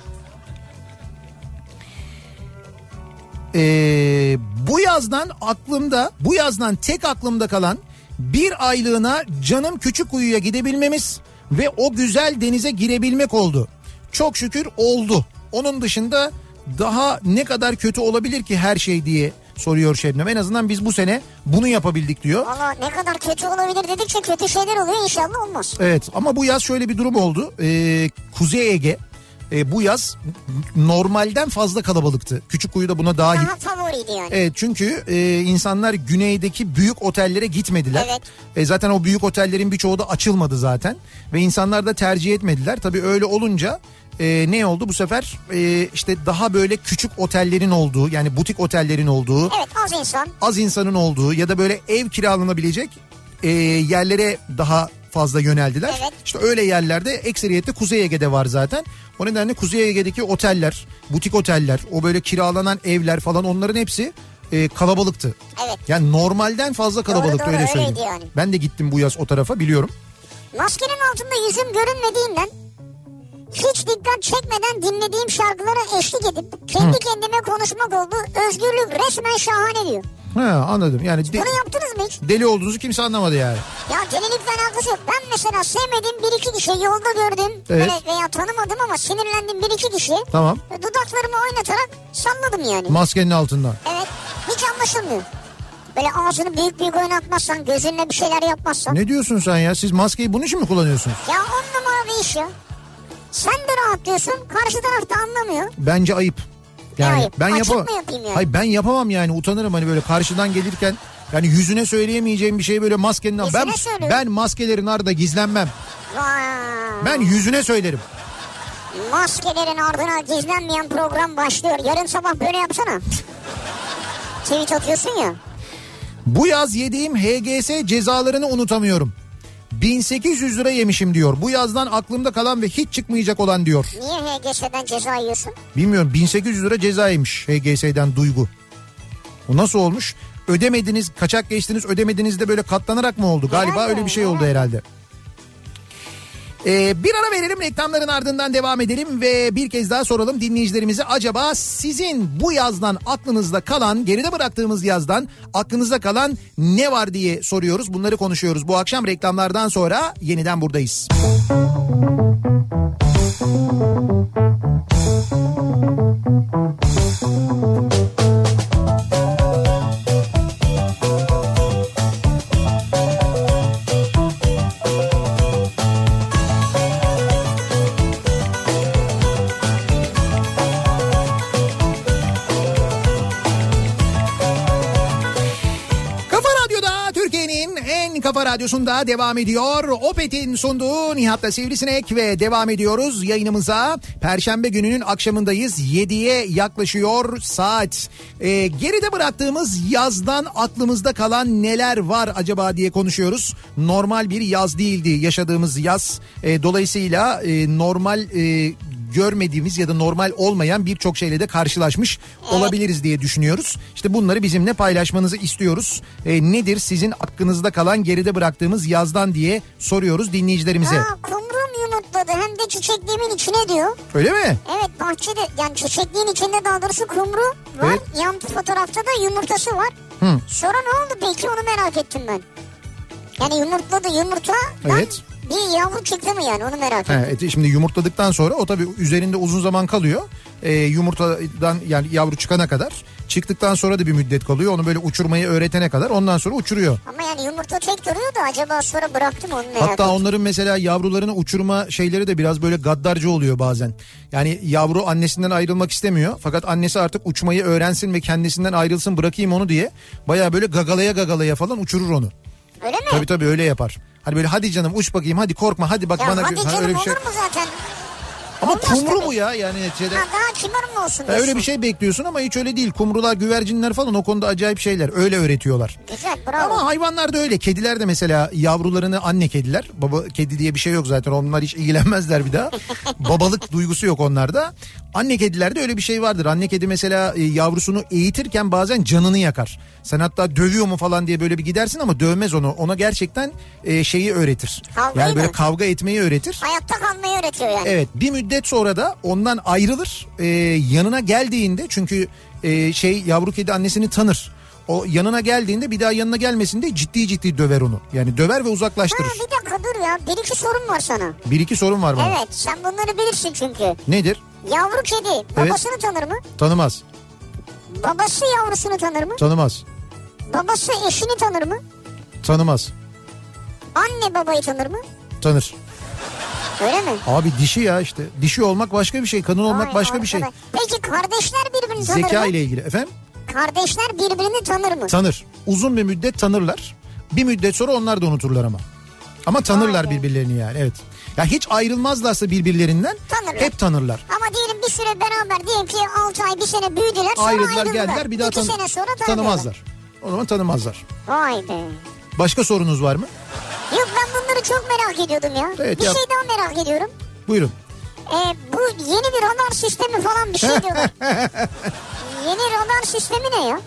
Bu yazdan tek aklımda kalan bir aylığına canım Küçükkuyu'ya gidebilmemiz ve o güzel denize girebilmek oldu. Çok şükür oldu. Onun dışında daha ne kadar kötü olabilir ki her şey diye soruyor Şebnem. En azından biz bu sene bunu yapabildik diyor. Valla ne kadar kötü olabilir dedikçe kötü şeyler oluyor, inşallah olmaz. Evet, ama bu yaz şöyle bir durum oldu. Kuzey Ege bu yaz normalden fazla kalabalıktı. Küçükkuyu da buna dahil. Daha favoriydi yani. Evet, çünkü insanlar güneydeki büyük otellere gitmediler. Evet. Zaten o büyük otellerin birçoğu da açılmadı zaten. Ve insanlar da tercih etmediler. Tabii öyle olunca ne oldu bu sefer? İşte daha böyle küçük otellerin olduğu, yani butik otellerin olduğu. Evet, az insanın olduğu ya da böyle ev kiralanabilecek yerlere daha fazla yöneldiler. Evet. İşte öyle yerlerde ekseriyette Kuzey Ege'de var zaten. O nedenle Kuzey Ege'deki oteller, butik oteller, o böyle kiralanan evler falan, onların hepsi kalabalıktı. Evet. Yani normalden fazla kalabalıktı, doğru, öyle söyleyeyim. yani. Ben de gittim bu yaz o tarafa, biliyorum. Maskenin altında yüzüm görünmediğinden hiç dikkat çekmeden dinlediğim şarkılara eşlik edip kendi kendime konuşmak oldu. Özgürlük resmen şahane diyor. Ha, anladım. Yani bunu yaptınız mı hiç? Deli olduğunuzu kimse anlamadı yani. Ya delilikle alakası yok. Ben mesela sevmediğim bir iki kişi yolda gördüm. Evet. Veya tanımadım ama sinirlendim bir iki kişi. Tamam. Dudaklarımı oynatarak salladım yani. Maskenin altından. Evet. Hiç anlaşılmıyor. Böyle ağzını büyük büyük oynatmazsan, gözünle bir şeyler yapmazsan. Ne diyorsun sen ya? Siz maskeyi bunun için mi kullanıyorsunuz? Ya 10 numara bir iş ya. Sen de rahatlıyorsun, karşı taraf da anlamıyor. Bence ayıp. Yani ayıp? ben Açık mı yapayım yani? Hayır, ben yapamam yani, utanırım hani böyle karşıdan gelirken, yani yüzüne söyleyemeyeceğim bir şey böyle maskenin altından. Ben maskelerin ardında gizlenmem. Vay. Ben yüzüne söylerim. Maskelerin ardına gizlenmeyen program başlıyor. Yarın sabah böyle yapsana. Tweet atıyorsun ya. Bu yaz yediğim HGS cezalarını unutamıyorum. 1800 lira yemişim diyor. Bu yazdan aklımda kalan ve hiç çıkmayacak olan diyor. Niye HGS'den ceza yiyorsun? Bilmiyorum, 1800 lira ceza yemiş HGS'den Duygu. O nasıl olmuş? Ödemediniz, kaçak geçtiniz, ödemediniz de böyle katlanarak mı oldu? Galiba herhalde, öyle bir şey oldu herhalde. Bir ara verelim, reklamların ardından devam edelim ve bir kez daha soralım dinleyicilerimize, acaba sizin bu yazdan aklınızda kalan, geride bıraktığımız yazdan aklınızda kalan ne var diye soruyoruz. Bunları konuşuyoruz bu akşam, reklamlardan sonra yeniden buradayız. Kafa Radyosu'nda devam ediyor. Opet'in sunduğu Nihat'la Sivrisinek ve devam ediyoruz yayınımıza. Perşembe gününün akşamındayız. 7'ye yaklaşıyor saat. Geride bıraktığımız yazdan aklımızda kalan neler var acaba diye konuşuyoruz. Normal bir yaz değildi yaşadığımız yaz. Dolayısıyla normal görmediğimiz ya da normal olmayan birçok şeyle de karşılaşmış olabiliriz diye düşünüyoruz. İşte bunları bizimle paylaşmanızı istiyoruz. Nedir sizin aklınızda kalan geride bıraktığımız yazdan diye soruyoruz dinleyicilerimize. Kumrum yumurtladı doğdu hem de çiçekliğimin içine diyor. Öyle mi? Evet bahçede yani çiçekliğin içinde daha doğrusu kumru var. Evet. Yan fotoğrafta da yumurtası var. Hı. Sonra ne oldu peki onu merak ettim ben. Yani yumurtladı yumurta. Evet. Bir yavru çıktı mı yani onu merak ettim. Evet, şimdi yumurtladıktan sonra o tabii üzerinde uzun zaman kalıyor. Yumurtadan yani yavru çıkana kadar. Çıktıktan sonra da bir müddet kalıyor. Onu böyle uçurmayı öğretene kadar ondan sonra uçuruyor. Ama yani yumurta tek duruyor da acaba sonra bıraktım onu merak ettim. Hatta onların mesela yavrularını uçurma şeyleri de biraz böyle gaddarcı oluyor bazen. Yani yavru annesinden ayrılmak istemiyor. Fakat annesi artık uçmayı öğrensin ve kendisinden ayrılsın bırakayım onu diye. Baya böyle gagalaya falan uçurur onu. Öyle mi? Tabii öyle yapar. Hani böyle hadi canım uç bakayım hadi korkma hadi bak ya bana. hadi canım öyle bir şey. olur mu zaten? Ama Olmaz kumru tabii. bu ya yani neticede. Ha, daha kibar mı olsun diyorsun? Öyle bir şey bekliyorsun ama hiç öyle değil. Kumrular, güvercinler falan o konuda acayip şeyler. Öyle öğretiyorlar. Güzel bravo. Ama hayvanlar da öyle. Kediler de mesela yavrularını anne kediler. Baba kedi diye bir şey yok zaten. Onlar hiç ilgilenmezler bir daha. Babalık duygusu yok onlarda. Anne kedilerde öyle bir şey vardır. Anne kedi mesela yavrusunu eğitirken bazen canını yakar. Sen hatta dövüyor mu falan diye böyle bir gidersin ama dövmez onu. Ona gerçekten şeyi öğretir. Kavgayı yani böyle mı? kavga etmeyi öğretir. Hayatta kalmayı öğretiyor yani. Evet, bir müddet sonra da ondan ayrılır. Yanına geldiğinde çünkü yavru kedi annesini tanır. O yanına geldiğinde bir daha yanına gelmesin diye ciddi döver onu. Yani döver ve uzaklaştırır. Ha, bir dakika dur ya. Bir iki sorum var sana. Bir iki sorun var bana. Evet sen bunları bilirsin çünkü. Nedir? Yavru kedi babasını tanır mı? Tanımaz. Babası yavrusunu tanır mı? Tanımaz. Babası eşini tanır mı? Tanımaz. Anne babayı tanır mı? Tanır. Öyle mi? Abi dişi ya işte. Dişi olmak başka bir şey. Kadın olmak Vay başka bir şey. arkadaş. Peki kardeşler birbirini tanır Zeka mı? ile ilgili. Efendim? Kardeşler birbirini tanır mı? Tanır. Uzun bir müddet tanırlar. Bir müddet sonra onlar da unuturlar ama. Ama tanırlar Vay be. birbirlerini yani evet. Ya hiç ayrılmazlarsa birbirlerinden Tanırlar. hep tanırlar. Ama diyelim bir süre beraber diyelim ki 6 ay bir sene büyüdüler sonra Ayrıldılar ayrıldılar. geldiler bir daha 2 sene sonra tanımazlar. O zaman tanımazlar. Vay be. Başka sorunuz var mı? Yok ben bunları çok merak ediyordum ya. Evet, bir yap. şey daha merak ediyorum. Buyurun. Bu yeni bir radar sistemi falan bir şey diyorlar. Yeni radar sistemi ne ya?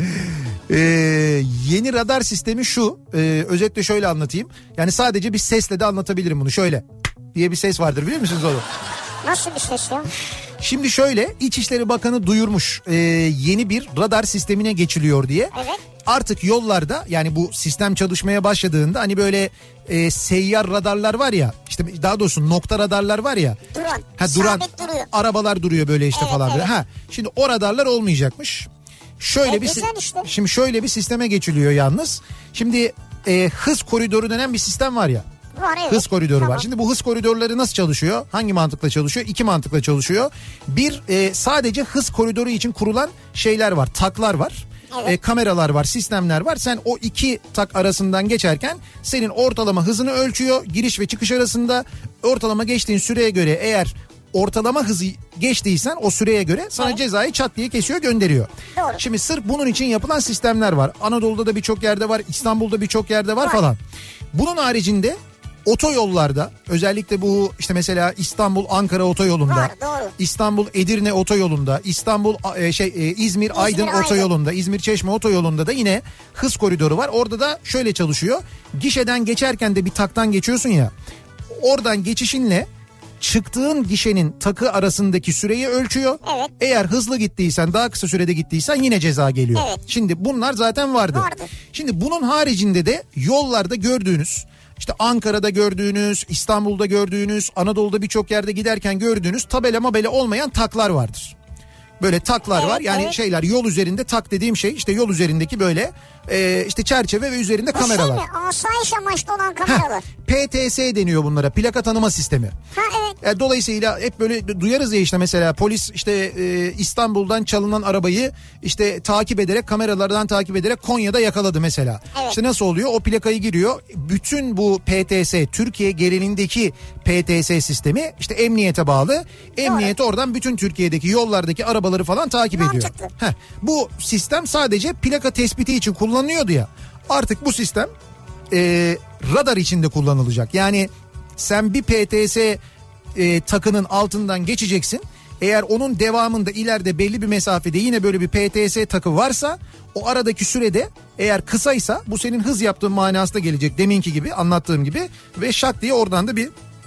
Yeni radar sistemi şu. Özetle şöyle anlatayım. Yani sadece bir sesle de anlatabilirim bunu. Şöyle diye bir ses vardır biliyor musunuz onu? Nasıl bir ses ya? Şimdi şöyle İçişleri Bakanı duyurmuş yeni bir radar sistemine geçiliyor diye. Evet. Artık yollarda yani bu sistem çalışmaya başladığında hani böyle seyyar radarlar var ya işte daha doğrusu nokta radarlar var ya. Duran. Duran Sabit duruyor. arabalar duruyor böyle işte Evet, falan. evet. Ha şimdi o radarlar olmayacakmış. Şöyle bir güzel işte. Şimdi şöyle bir sisteme geçiliyor yalnız. Şimdi hız koridoru denen bir sistem var ya. Var evet. Hız koridoru Tamam. var. Şimdi bu hız koridorları nasıl çalışıyor? Hangi mantıkla çalışıyor? İki mantıkla çalışıyor. Bir sadece hız koridoru için kurulan şeyler var. Taklar var. Evet. Kameralar var, sistemler var. Sen o iki tak arasından geçerken senin ortalama hızını ölçüyor. Giriş ve çıkış arasında ortalama geçtiğin süreye göre eğer ortalama hızı geçtiysen o süreye göre sana Evet. cezayı çat diye kesiyor gönderiyor. Doğru. Şimdi sırf bunun için yapılan sistemler var. Anadolu'da da birçok yerde var, İstanbul'da birçok yerde var falan. Bunun haricinde otoyollarda özellikle bu işte mesela İstanbul Ankara otoyolunda, Var, doğru. İstanbul Edirne otoyolunda, İstanbul İzmir Aydın Aydın. otoyolunda, İzmir Çeşme otoyolunda da yine hız koridoru var. Orada da şöyle çalışıyor. Gişeden geçerken de bir taktan geçiyorsun ya. Oradan geçişinle çıktığın gişenin takı arasındaki süreyi ölçüyor. Evet. Eğer hızlı gittiysen daha kısa sürede gittiysen yine ceza geliyor. Evet. Şimdi bunlar zaten vardı. Vardı. Şimdi bunun haricinde de yollarda gördüğünüz işte Ankara'da gördüğünüz, İstanbul'da gördüğünüz, Anadolu'da birçok yerde giderken gördüğünüz tabela mabela olmayan taklar vardır. Böyle taklar Evet, var yani evet. şeyler yol üzerinde tak dediğim şey işte yol üzerindeki böyle işte çerçeve ve üzerinde Bu kameralar. şey mi? Asayiş amaçlı olan kameralar. PTS deniyor bunlara, plaka tanıma sistemi. Ha evet. Dolayısıyla hep böyle duyarız ya işte mesela polis işte İstanbul'dan çalınan arabayı işte takip ederek kameralardan takip ederek Konya'da yakaladı mesela. Evet. İşte nasıl oluyor? O plakayı giriyor. Bütün bu PTS Türkiye genelindeki PTS sistemi işte emniyete bağlı. Emniyet oradan bütün Türkiye'deki yollardaki arabaları falan takip ediyor. Mantıklı. Bu sistem sadece plaka tespiti için kullanılıyordu ya. Artık bu sistem radar içinde kullanılacak. Yani sen bir PTS takının altından geçeceksin. Eğer onun devamında ileride belli bir mesafede yine böyle bir PTS takı varsa o aradaki sürede eğer kısaysa bu senin hız yaptığın manasına gelecek deminki gibi anlattığım gibi ve şak diye oradan da bir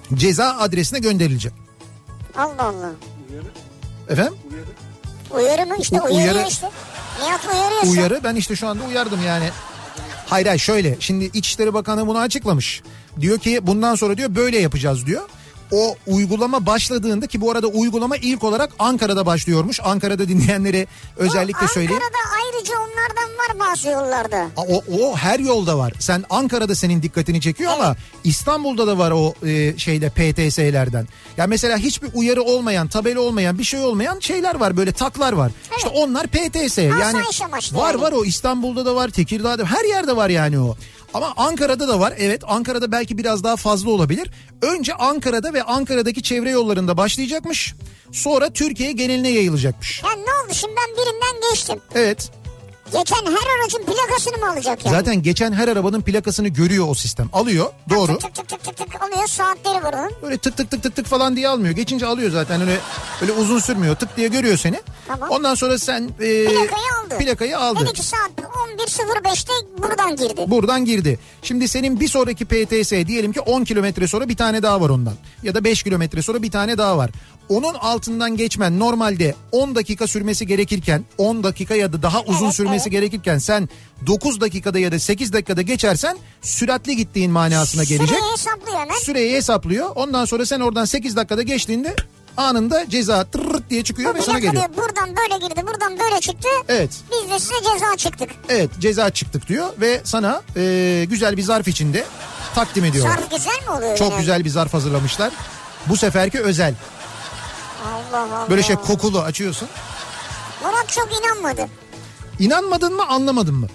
ceza adresine gönderilecek. Allah Allah. Efendim? Uyarı mı? İşte uyarıyor uyarı, işte. Nihat uyarıyorsa. Uyarı, ben işte şu anda uyardım yani. Hayır şöyle, şimdi İçişleri Bakanı bunu açıklamış. Diyor ki bundan sonra diyor böyle yapacağız diyor. O uygulama başladığında, ki bu arada uygulama ilk olarak Ankara'da başlıyormuş. Ankara'da dinleyenlere özellikle söyleyeyim. Ankara'da ayrıca onlardan var bazı yollarda. O her yolda var. Sen Ankara'da senin dikkatini çekiyor ama İstanbul'da da var o şeyde PTS'lerden. Ya mesela hiçbir uyarı olmayan, tabela olmayan, bir şey olmayan şeyler var, böyle taklar var. Evet. İşte onlar PTS. Yani var o İstanbul'da da var, Tekirdağ'da, her yerde var yani o. Ama Ankara'da da var. Evet, Ankara'da belki biraz daha fazla olabilir. Önce Ankara'da ve Ankara'daki çevre yollarında başlayacakmış. Sonra Türkiye geneline yayılacakmış. Ya ne oldu şimdi, ben birinden geçtim. Evet. Geçen her aracın plakasını mı alacak yani? Zaten geçen her arabanın plakasını görüyor o sistem. Alıyor, doğru. Tık tık tık tık tık alıyor, saatleri var onun. Böyle tık tık tık tık tık falan diye almıyor. Geçince alıyor zaten, öyle uzun sürmüyor. Tık diye görüyor seni. Tamam. Ondan sonra sen plakayı aldı. Dedi ki saat 11.05'te buradan girdi. Şimdi senin bir sonraki PTS diyelim ki 10 kilometre sonra bir tane daha var ondan. Ya da 5 kilometre sonra bir tane daha var. Onun altından geçmen normalde 10 dakika sürmesi gerekirken, 10 dakika ya da daha uzun sürmesi gerekirken sen 9 dakikada ya da 8 dakikada geçersen süratli gittiğin manasına gelecek. Süreyi hesaplıyor. Ondan sonra sen oradan 8 dakikada geçtiğinde anında ceza tırırt diye çıkıyor ve sana geliyor. Buradan böyle girdi, buradan böyle çıktı. Evet. Biz de size ceza çıktık. Evet, ceza çıktık diyor ve sana güzel bir zarf içinde takdim ediyorlar. Zarf güzel mi oluyor? Çok güzel bir zarf hazırlamışlar. Bu seferki özel. Allah Allah. Böyle kokulu açıyorsun. Murat çok inanmadı. İnanmadın mı, anlamadın mı?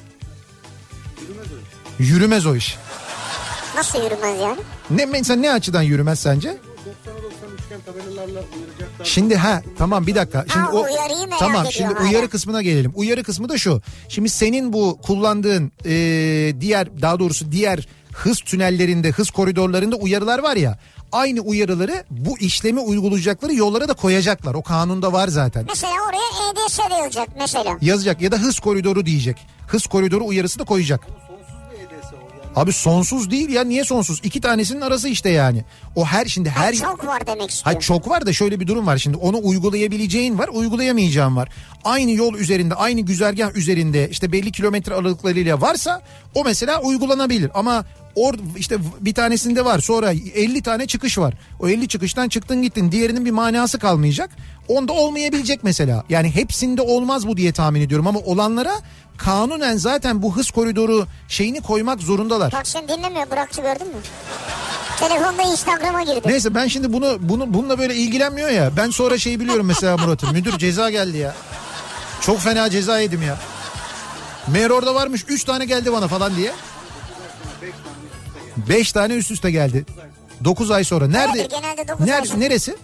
Yürümez o iş. Nasıl yürümez yani? Mesela ne açıdan yürümez sence? Şimdi tamam bir dakika. Şimdi tamam şimdi uyarı kısmına gelelim. Uyarı kısmı da şu. Şimdi senin bu kullandığın diğer hız tünellerinde, hız koridorlarında uyarılar var ya. Aynı uyarıları bu işlemi uygulayacakları yollara da koyacaklar. O kanunda var zaten. Mesela oraya EDS de yazacak mesela. Yazacak ya da hız koridoru diyecek. Hız koridoru uyarısı da koyacak. Abi sonsuz değil ya, niye sonsuz? 2 tanesinin arası işte yani. O çok var demek istiyorum. Hayır, çok var da şöyle bir durum var. Şimdi onu uygulayabileceğin var, uygulayamayacağın var. Aynı yol üzerinde, aynı güzergah üzerinde işte belli kilometre aralıklarıyla varsa o mesela uygulanabilir. Ama işte bir tanesinde var, sonra 50 tane çıkış var. O 50 çıkıştan çıktın gittin, diğerinin bir manası kalmayacak. Onda olmayabilecek mesela. Yani hepsinde olmaz bu diye tahmin ediyorum ama olanlara kanunen zaten bu hız koridoru şeyini koymak zorundalar. Bak sen dinlemiyor, bıraktı, gördün mü? Telefonda Instagram'a girdi. Neyse, ben şimdi bununla böyle ilgilenmiyor ya. Ben sonra biliyorum mesela Murat'ın. Müdür ceza geldi ya. Çok fena ceza yedim ya. Meğer orada varmış 3 tane geldi bana falan diye. 5 tane üst üste geldi. 9 ay sonra. Nerede? Evet, genelde 9 ay sonra. Neresi?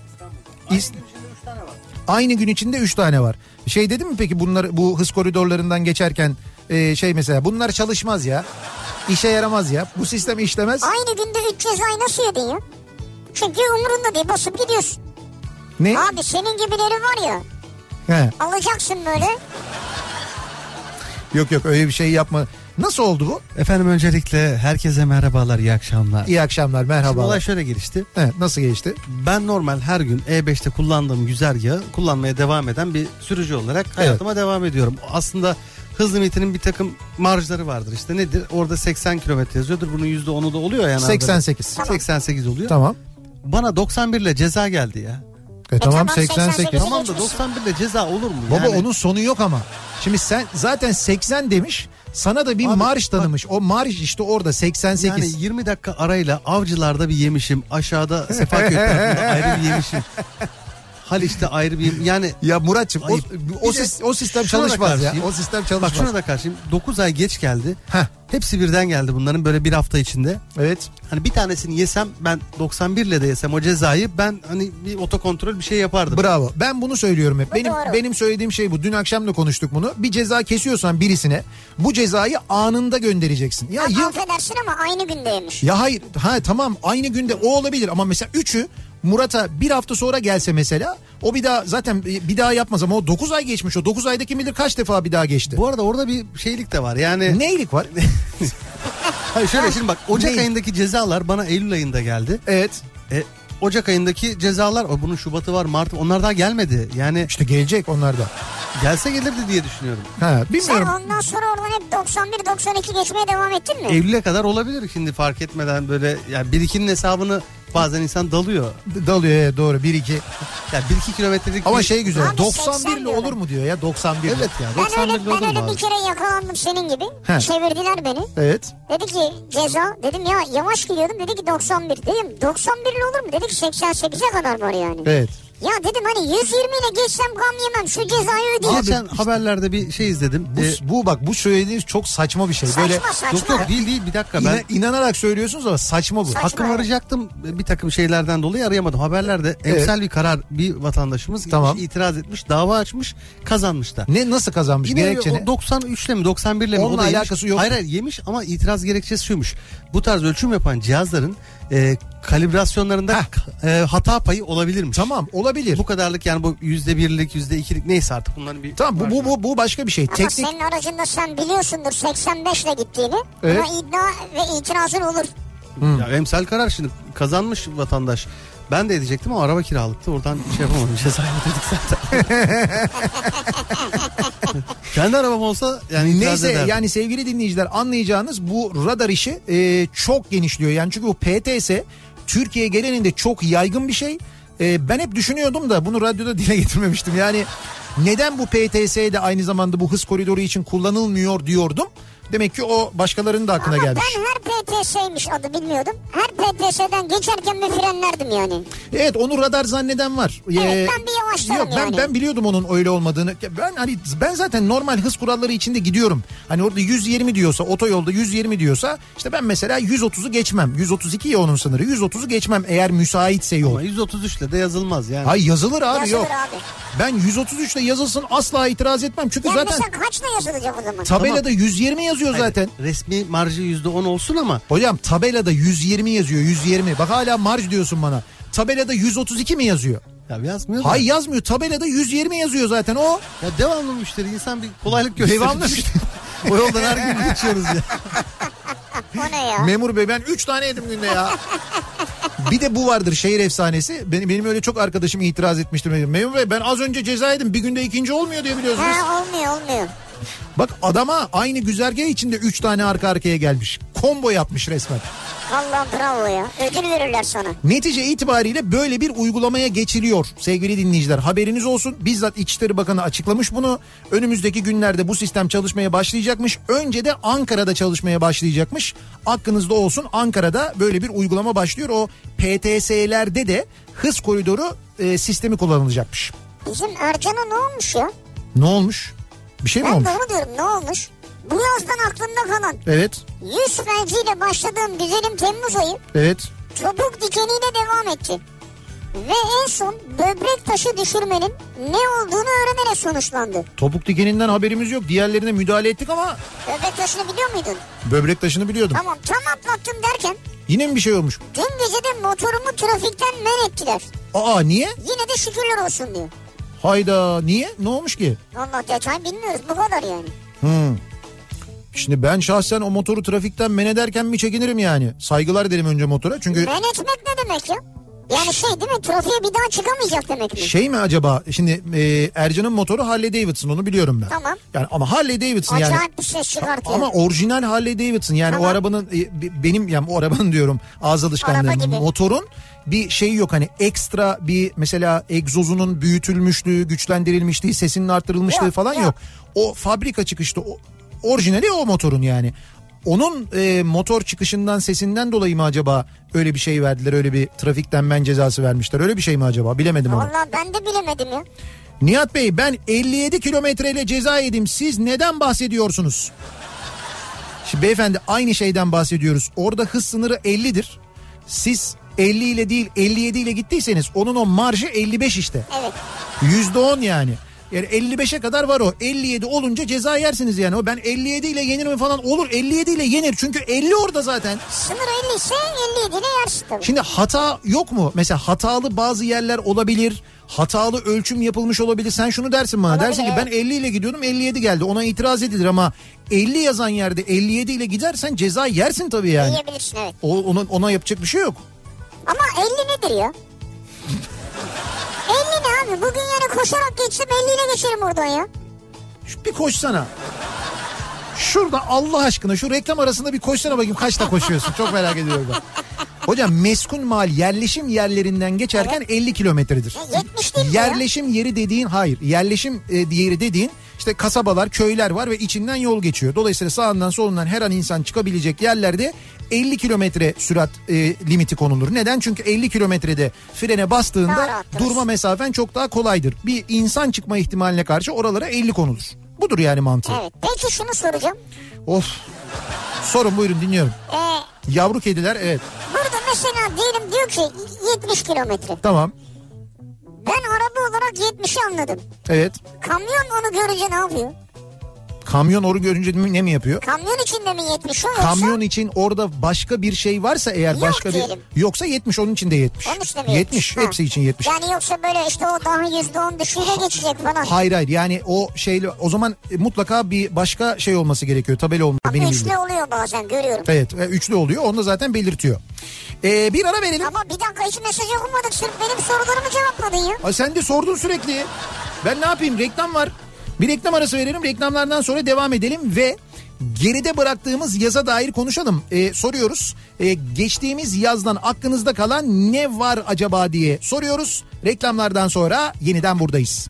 Aynı gün içinde 3 tane var. Dedim mi peki bu hız koridorlarından geçerken mesela bunlar çalışmaz ya. İşe yaramaz ya. Bu sistem işlemez. Aynı günde 3 cezayı nasıl yedin ya? Çünkü umurunda değil, basıp gidiyorsun. Ne? Abi senin gibileri var ya. He. Alacaksın böyle. Yok öyle bir şey yapma. Nasıl oldu bu? Efendim öncelikle herkese merhabalar, iyi akşamlar. İyi akşamlar, merhabalar. Şimdi olay şöyle gelişti. Evet, nasıl gelişti? Ben normal her gün E5'te kullandığım güzergahı kullanmaya devam eden bir sürücü olarak hayatıma devam ediyorum. Aslında hız limitinin bir takım marjları vardır, işte nedir? Orada 80 kilometre yazıyordur, bunun %10'u da oluyor yani. 88. Tamam. 88 oluyor. Tamam. Bana 91 ile ceza geldi ya. Tamam 88. Tamam da 91 ile ceza olur mu? Baba onun sonu yok ama. Şimdi sen zaten 80 demiş. Sana da bir marş tanımış. O marş işte orada 88. Yani 20 dakika arayla Avcılar'da bir yemişim. Aşağıda Sefaköy tarafında ayrı bir yemişim. Haliç'te ayrı bir yani. Ya Muratçım o sistem çalışmaz ya. O sistem çalışmaz. Bak şuna da karşıyım. 9 ay geç geldi. Hepsi birden geldi bunların böyle bir hafta içinde. Evet. Hani bir tanesini yesem, ben 91 ile de yesem o cezayı, ben hani bir otokontrol bir şey yapardım. Bravo. Ben bunu söylüyorum hep. Benim söylediğim şey bu. Dün akşam da konuştuk bunu. Bir ceza kesiyorsan birisine bu cezayı anında göndereceksin. Ya affedersin ama aynı günde yemiş. Ya hayır. Tamam aynı günde o olabilir ama mesela 3'ü Murat'a bir hafta sonra gelse mesela, o bir daha zaten bir daha yapmaz ama o 9 ay geçmiş, o 9 ayda kim bilir kaç defa bir daha geçti. Bu arada orada bir şeylik de var yani. Neylik var? Hayır şöyle, şimdi bak Ocak ayındaki cezalar bana Eylül ayında geldi. Evet. Ocak ayındaki cezalar, bunun Şubat'ı var, Mart'ı, onlar daha gelmedi. Yani İşte gelecek onlar da. gelse gelirdi diye düşünüyorum. Ha, bilmiyorum. Sen ondan sonra oradan hep 91-92 geçmeye devam ettin mi? Evliliğe kadar olabilir şimdi, fark etmeden böyle yani 1-2'nin hesabını bazen insan dalıyor. Dalıyor doğru 1-2. Yani 1-2 kilometrelik Ama bir... şey güzel, Abi 91 ile 80 olur mu diyor ya, 91. Evet ya, Ben 91 öyle, olur ben mu öyle abi? bir kere yakalandım senin gibi. He. Çevirdiler beni. Evet. Dedi ki ceza, dedim ya yavaş gidiyordum, dedi ki 91. Dedim 91 ile olur mu? Dedi ki 88'e kadar var yani. Evet. Ya dedim hani 120 ile geçsem gam yemem, şu cezayı ödeyeyim. Geçen haberlerde bir şey izledim. Bu bak, bu söylediğiniz çok saçma bir şey. Böyle Saçma. Yok değil bir dakika, ben inanarak söylüyorsunuz ama saçma bu. Saçma. hakkımı arayacaktım, bir takım şeylerden dolayı arayamadım. Haberlerde emsal bir karar, bir vatandaşımız Tamam. itiraz etmiş, dava açmış, kazanmış da. Ne, nasıl kazanmış, Yine gerekçe ne? 93 ile mi 91 ile mi? Onunla O da yemiş. alakası yok. Hayır yemiş ama itiraz gerekçesi şuymuş. Bu tarz ölçüm yapan cihazların kalibrasyonlarında hata payı olabilirmiş. Tamam, olabilir. Bu kadarlık yani, bu %1'lik %2'lik neyse artık bunların bir... Tamam, bu başka bir şey. Ama Teknik senin aracında sen biliyorsundur 85 ile gittiğini. Evet. Buna iddia ve itirazın olur. Ya emsal karar, şimdi kazanmış vatandaş. Ben de edecektim ama araba kiralıktı. Oradan şey yapamadım. Cezayı ödedik zaten. Kendi arabam olsa yani itiraz neyse ederdim. yani sevgili dinleyiciler, anlayacağınız bu radar işi çok genişliyor. Yani çünkü bu PTS Türkiye genelinde çok yaygın bir şey. Ben hep düşünüyordum da bunu radyoda dile getirmemiştim. Yani neden bu PTS de aynı zamanda bu hız koridoru için kullanılmıyor diyordum. Demek ki o başkalarının da aklına Ama gelmiş. ben her PTS'ymiş adı bilmiyordum. Her PTS'den geçerken bir frenlerdim yani. Evet, onu radar zanneden var. Evet, ben bir yavaşlarım yok, yani. Ben biliyordum onun öyle olmadığını. Ben zaten normal hız kuralları içinde gidiyorum. Hani orada 120 diyorsa, otoyolda 120 diyorsa, işte ben mesela 130'u geçmem. 132 ya onun sınırı. 130'u geçmem eğer müsaitse yol. Ama 133 ile de yazılmaz yani. Hayır, yazılır abi, Yazılır yok. abi. Ben 133 ile yazılsın asla itiraz etmem. Çünkü Ya zaten mesela kaçla yazılacak o zaman? tabelada 120 yazıyor Hayır, zaten. resmi marjı %10 olsun ama Hocam tabelada 120 yazıyor, 120. Bak hala marj diyorsun bana. Tabelada 132 mi yazıyor? ya yazmıyor da. Hayır, yazmıyor. Tabelada 120 yazıyor zaten o. Ya devamlı müşteri, insan bir kolaylık gösterir. Devamlı müşteri. O yoldan her gün geçiyoruz ya. O ne ya? Memur bey, ben 3 tane yedim günde ya. Bir de bu vardır, şehir efsanesi. Benim öyle çok arkadaşım itiraz etmiştir. Memur bey, ben az önce ceza yedim, bir günde ikinci olmuyor diye biliyorsunuz. Ha, olmuyor. Bak, adama aynı güzergah içinde 3 tane arka arkaya gelmiş. Combo yapmış resmen. Vallahi bravo ya. Ödül verirler sana. Netice itibariyle böyle bir uygulamaya geçiliyor sevgili dinleyiciler. Haberiniz olsun. Bizzat İçişleri Bakanı açıklamış bunu. Önümüzdeki günlerde bu sistem çalışmaya başlayacakmış. Önce de Ankara'da çalışmaya başlayacakmış. Aklınızda olsun, Ankara'da böyle bir uygulama başlıyor. O PTS'lerde de hız koridoru sistemi kullanılacakmış. Bizim Ercan'a ne olmuş ya? Ne olmuş? Bir şey mi Ben olmuş? de onu diyorum, ne olmuş? Bu yazdan aklımda kalan Evet. 100 felciyle başladığım güzelim Temmuz ayı Evet. topuk dikeniyle devam etti. Ve en son böbrek taşı düşürmenin ne olduğunu öğrenerek sonuçlandı. Topuk dikeninden haberimiz yok. Diğerlerine müdahale ettik ama Böbrek taşını biliyor muydun? böbrek taşını biliyordum. Tamam, tam atlattım derken Yine mi bir şey olmuş? dün gece de motorumu trafikten men ettiler. Aa, niye? Yine de şükürler olsun diyor. Hayda, niye? Ne olmuş ki? Vallahi detay bilmiyoruz, bu kadar yani. Şimdi ben şahsen o motoru trafikten men ederken mi çekinirim yani? Saygılar derim önce motora. Çünkü Men etmek ne demek ya? Yani değil mi, trafiğe bir daha çıkamayacak demek mi? şey mi acaba? Şimdi Ercan'ın motoru Harley Davidson, onu biliyorum ben. Tamam. Yani ama Harley Davidson yani. Acayip bir ses çıkartıyor. Ama orijinal Harley Davidson yani Tamam. o arabanın benim yani o arabanın diyorum ağız Araba alışkanlığı, gibi. motorun bir şeyi yok, hani ekstra bir mesela egzozunun büyütülmüşlüğü, güçlendirilmişliği, sesinin arttırılmışlığı Yok, falan yok. yok. O fabrika çıkışlı orijinali o motorun yani. Onun motor çıkışından, sesinden dolayı mı acaba öyle bir şey verdiler, öyle bir trafikten men cezası vermişler, öyle bir şey mi acaba, bilemedim onu. Vallahi ben de bilemedim ya. Nihat Bey, ben 57 kilometreyle ceza yedim, siz neden bahsediyorsunuz? Şimdi beyefendi, aynı şeyden bahsediyoruz. Orada hız sınırı 50'dir. Siz 50 ile değil 57 ile gittiyseniz onun o marjı 55 işte. Evet. %10 yani. Yani 55'e kadar var o. 57 olunca ceza yersiniz yani. O ben 57 ile yenir mi falan, olur, 57 ile yenir. Çünkü 50 orada zaten. Sınır 50 ise 57 ile yersin tabii. Şimdi hata yok mu? Mesela hatalı bazı yerler olabilir. Hatalı ölçüm yapılmış olabilir. Sen şunu dersin bana. Olabilir, Dersin ki ben 50 ile gidiyordum, 57 geldi. Ona itiraz edilir ama 50 yazan yerde 57 ile gidersen ceza yersin tabii yani. Yiyebilirsin, evet. Ona yapacak bir şey yok. Ama 50 nedir ya? abi. Bugün yani koşarak geçsem 50 ile geçerim oradan ya. Bir koşsana. Şurada Allah aşkına şu reklam arasında bir koşsana bakayım kaçta koşuyorsun. Çok merak ediyorum ben. Hocam meskun mahal yerleşim yerlerinden geçerken 50 kilometredir. 70 değil mi yerleşim ya? Yeri dediğin hayır. Yerleşim yeri dediğin işte kasabalar, köyler var ve içinden yol geçiyor. Dolayısıyla sağından solundan her an insan çıkabilecek yerlerde 50 kilometre sürat limiti konulur. Neden? Çünkü 50 kilometrede frene bastığında durma mesafen çok daha kolaydır. Bir insan çıkma ihtimaline karşı oralara 50 konulur. Budur yani mantığı. Evet. Peki şunu soracağım. Of. Sorun, buyurun, dinliyorum. Yavru kediler, evet. Burada mesela diyelim diyor ki 70 kilometre. Tamam. Ben araba olarak 70'i anladım. Evet. Kamyon onu görünce ne yapıyor? Kamyon onu görünce ne mi yapıyor? Kamyon içinde mi 70 o yoksa? Kamyon için orada başka bir şey varsa eğer yok başka diyelim. bir... Yoksa 70, onun için de 70. Onun için de 70 hepsi için 70. Yani yoksa böyle işte o daha %10 düşüğüne geçecek falan. Hayır yani o şeyle o zaman mutlaka bir başka şey olması gerekiyor. Tabela olmalı benim üçlü bildiğim. oluyor bazen görüyorum. Evet, üçlü oluyor, onu da zaten belirtiyor. Bir ara verelim. Ama bir dakika hiç mesaj okumadık, sırf benim sorularımı cevapladın ya. Ay sen de sordun sürekli. Ben ne yapayım, reklam var. Bir reklam arası verelim, reklamlardan sonra devam edelim ve geride bıraktığımız yaza dair konuşalım. Soruyoruz. Geçtiğimiz yazdan aklınızda kalan ne var acaba diye soruyoruz. Reklamlardan sonra yeniden buradayız.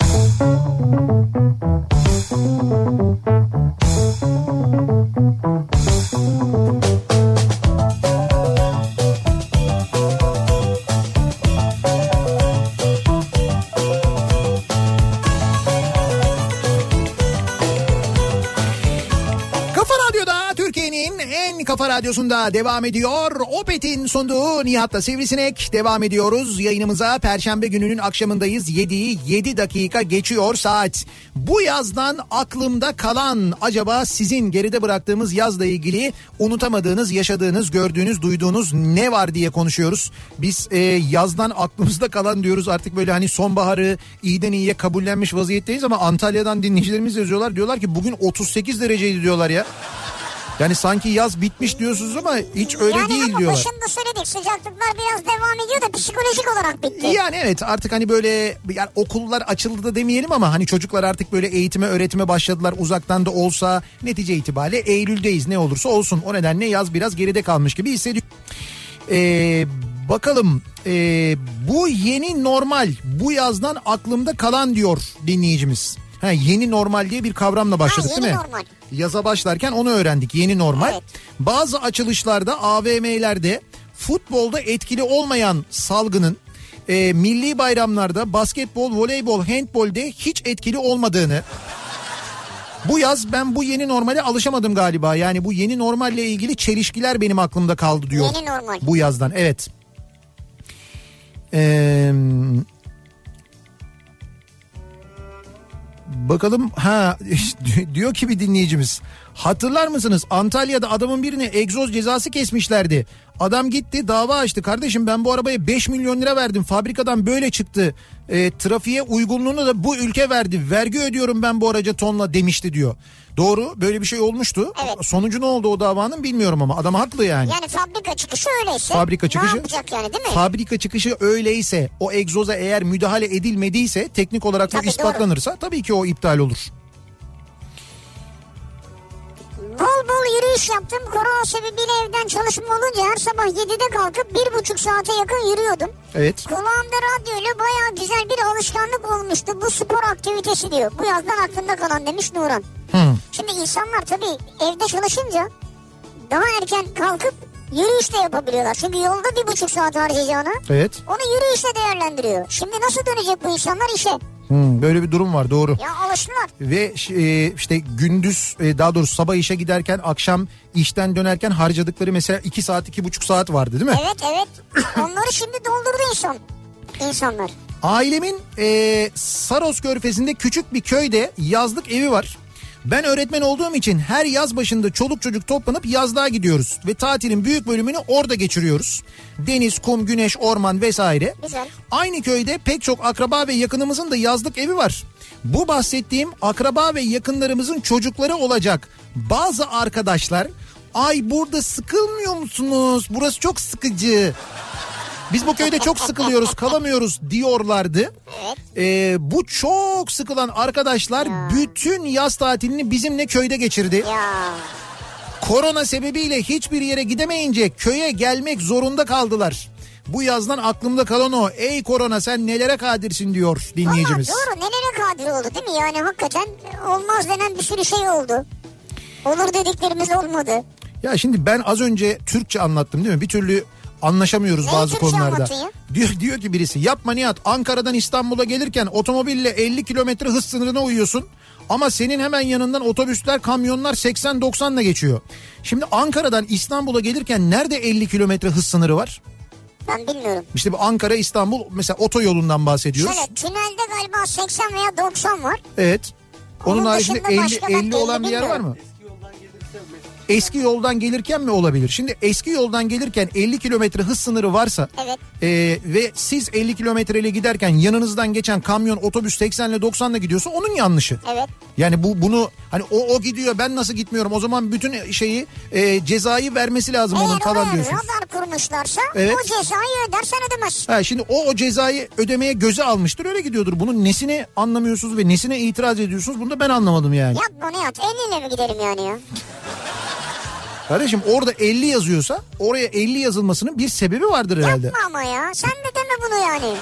Kafa Radyosu'nda devam ediyor. Opet'in sunduğu Nihat'la Sivrisinek devam ediyoruz. Yayınımıza Perşembe gününün akşamındayız. 7'yi 7 dakika geçiyor saat. Bu yazdan aklımda kalan acaba sizin geride bıraktığımız yazla ilgili unutamadığınız, yaşadığınız, gördüğünüz, duyduğunuz ne var diye konuşuyoruz. Biz yazdan aklımızda kalan diyoruz, artık böyle hani sonbaharı iyiden iyiye kabullenmiş vaziyetteyiz ama Antalya'dan dinleyicilerimiz yazıyorlar. Diyorlar ki bugün 38 dereceydi diyorlar ya. Yani sanki yaz bitmiş diyorsunuz ama hiç öyle yani değil ama diyorlar. başında söyledik, sıcaklıklar biraz devam ediyor da psikolojik olarak bitti. Yani evet, artık hani böyle yani okullar açıldı da demeyelim ama hani çocuklar artık böyle eğitime öğretime başladılar, uzaktan da olsa netice itibariyle Eylül'deyiz, ne olursa olsun. O nedenle yaz biraz geride kalmış gibi hissediyorum. Bakalım bu yeni normal, bu yazdan aklımda kalan diyor dinleyicimiz. Yeni normal diye bir kavramla başladık değil mi? Normal. Yaza başlarken onu öğrendik, yeni normal. Evet. Bazı açılışlarda, AVM'lerde futbolda etkili olmayan salgının milli bayramlarda basketbol, voleybol, handbolde hiç etkili olmadığını, bu yaz ben bu yeni normale alışamadım galiba. Yani bu yeni normalle ilgili çelişkiler benim aklımda kaldı diyor. Yeni normal. Bu yazdan, evet. Bakalım, diyor ki bir dinleyicimiz, hatırlar mısınız Antalya'da adamın birine egzoz cezası kesmişlerdi. Adam gitti dava açtı, kardeşim ben bu arabaya 5 milyon lira verdim, fabrikadan böyle çıktı, trafiğe uygunluğunu da bu ülke verdi, vergi ödüyorum ben bu araca tonla demişti diyor. Doğru, böyle bir şey olmuştu. Evet. Sonucu ne oldu o davanın bilmiyorum ama adam haklı yani. Yani fabrika çıkışı öyleyse fabrika çıkışı, ne yapacak yani, değil mi? Fabrika çıkışı öyleyse, o egzoza eğer müdahale edilmediyse, teknik olarak bu tabii ispatlanırsa doğru. Tabii ki o iptal olur. Bol bol yürüyüş yaptım. Korona sebebiyle evden çalışma olunca her sabah 7'de kalkıp 1,5 saate yakın yürüyordum. Evet. Kulağımda radyoyla bayağı güzel bir alışkanlık olmuştu bu spor aktivitesi diyor. Bu yazdan aklımda kalan demiş Nuran. Şimdi insanlar tabii evde çalışınca daha erken kalkıp yürüyüş de yapabiliyorlar. Çünkü yolda 1,5 saat harcayacağına Evet. onu yürüyüşle değerlendiriyor. Şimdi nasıl dönecek bu insanlar işe? Böyle bir durum var, doğru. Ya alıştılar. Ve işte gündüz, daha doğrusu sabah işe giderken, akşam işten dönerken harcadıkları mesela 2 saat 2,5 saat vardı değil mi? Evet. Onları şimdi doldurdu insanlar. Ailemin Saros Körfezi'nde küçük bir köyde yazlık evi var. Ben öğretmen olduğum için her yaz başında çoluk çocuk toplanıp yazlığa gidiyoruz ve tatilin büyük bölümünü orada geçiriyoruz. Deniz, kum, güneş, orman vesaire. Güzel. Aynı köyde pek çok akraba ve yakınımızın da yazlık evi var. Bu bahsettiğim akraba ve yakınlarımızın çocukları olacak bazı arkadaşlar, ay burada sıkılmıyor musunuz? Burası çok sıkıcı Biz bu köyde çok sıkılıyoruz, kalamıyoruz diyorlardı. Evet. Bu çok sıkılan arkadaşlar bütün yaz tatilini bizimle köyde geçirdi. Ya. Korona sebebiyle hiçbir yere gidemeyince köye gelmek zorunda kaldılar. Bu yazdan aklımda kalan o. Ey korona sen nelere kadirsin diyor dinleyicimiz. Valla doğru, nelere kadir oldu değil mi? Yani hakikaten olmaz denen bir sürü şey oldu. Olur dediklerimiz olmadı. Ya şimdi ben az önce Türkçe anlattım değil mi? Bir türlü anlaşamıyoruz bazı Türkçe konularda. anlatıyor? Diyor ki birisi, yapma Nihat, Ankara'dan İstanbul'a gelirken otomobille 50 kilometre hız sınırına uyuyorsun. Ama senin hemen yanından otobüsler, kamyonlar 80-90'la geçiyor. Şimdi Ankara'dan İstanbul'a gelirken nerede 50 kilometre hız sınırı var? Ben bilmiyorum. İşte bu Ankara İstanbul mesela otoyolundan bahsediyoruz. Şöyle tünelde galiba 80 veya 90 var. Evet. Onun haricinde dışında 50 olan bir yer var mı? Eski yoldan gelirken mi olabilir? Şimdi eski yoldan gelirken 50 kilometre hız sınırı varsa Evet. Ve siz 50 kilometreyle giderken yanınızdan geçen kamyon, otobüs 80 ile 90'la gidiyorsa onun yanlışı. Evet. Yani bunu hani o gidiyor, ben nasıl gitmiyorum, o zaman bütün şeyi cezayı vermesi lazım onun falan diyorsunuz. Eğer radar kurmuşlarsa evet, o cezayı ödersen ödemezsin. Ha, şimdi o cezayı ödemeye göze almıştır, öyle gidiyordur. Bunun nesine anlamıyorsunuz ve nesine itiraz ediyorsunuz, bunu da ben anlamadım yani. Yapma Nihat, 50 ile mi gidelim yani ya? Kardeşim orada 50 yazıyorsa oraya 50 yazılmasının bir sebebi vardır herhalde. Yapma ama ya, sen de deme bunu yani.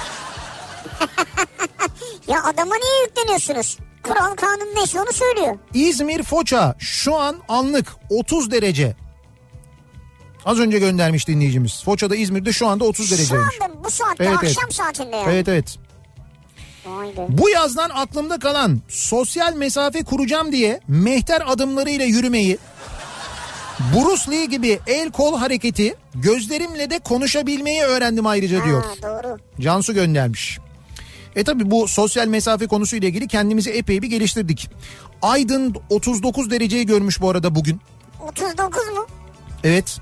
Ya adama niye yükleniyorsunuz? Kural kanun neyse onu söylüyor. İzmir Foça şu an anlık 30 derece. Az önce göndermiş dinleyicimiz. Foça'da, İzmir'de şu anda 30 dereceymiş. Şu anda bu saatte, evet, akşam evet, saatinde yani. Evet evet. Vay be. Bu yazdan aklımda kalan sosyal mesafe kuracağım diye mehter adımlarıyla yürümeyi, Bruce Lee gibi el kol hareketi, gözlerimle de konuşabilmeyi öğrendim ayrıca diyor. Doğru. Cansu göndermiş. Tabi bu sosyal mesafe konusuyla ilgili kendimizi epey bir geliştirdik. Aydın 39 dereceyi görmüş bu arada bugün. 39 mu? Evet.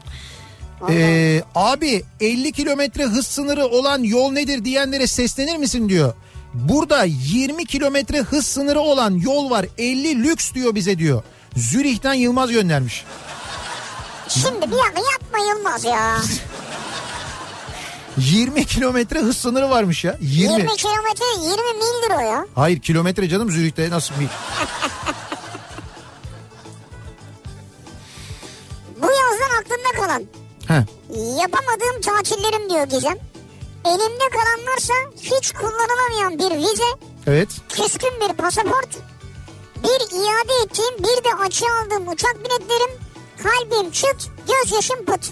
Abi 50 kilometre hız sınırı olan yol nedir diyenlere seslenir misin diyor. Burada 20 kilometre hız sınırı olan yol var, 50 lüks diyor bize diyor. Zürih'ten Yılmaz göndermiş. Şimdi bir dakika, yapma Yılmaz ya. 20 kilometre hız sınırı varmış ya. 20 kilometre 20 mildir o ya. Hayır, kilometre canım, Zürih'te nasıl mil? Bu yazdan aklımda kalan. He. Yapamadığım tatillerim diyor Gizem. Elimde kalan varsa hiç kullanılamayan bir vize. Evet. Küskün bir pasaport. Bir iade ettiğim, bir de açığa aldığım uçak biletlerim. Kalbim çıt, gözyaşım pıt.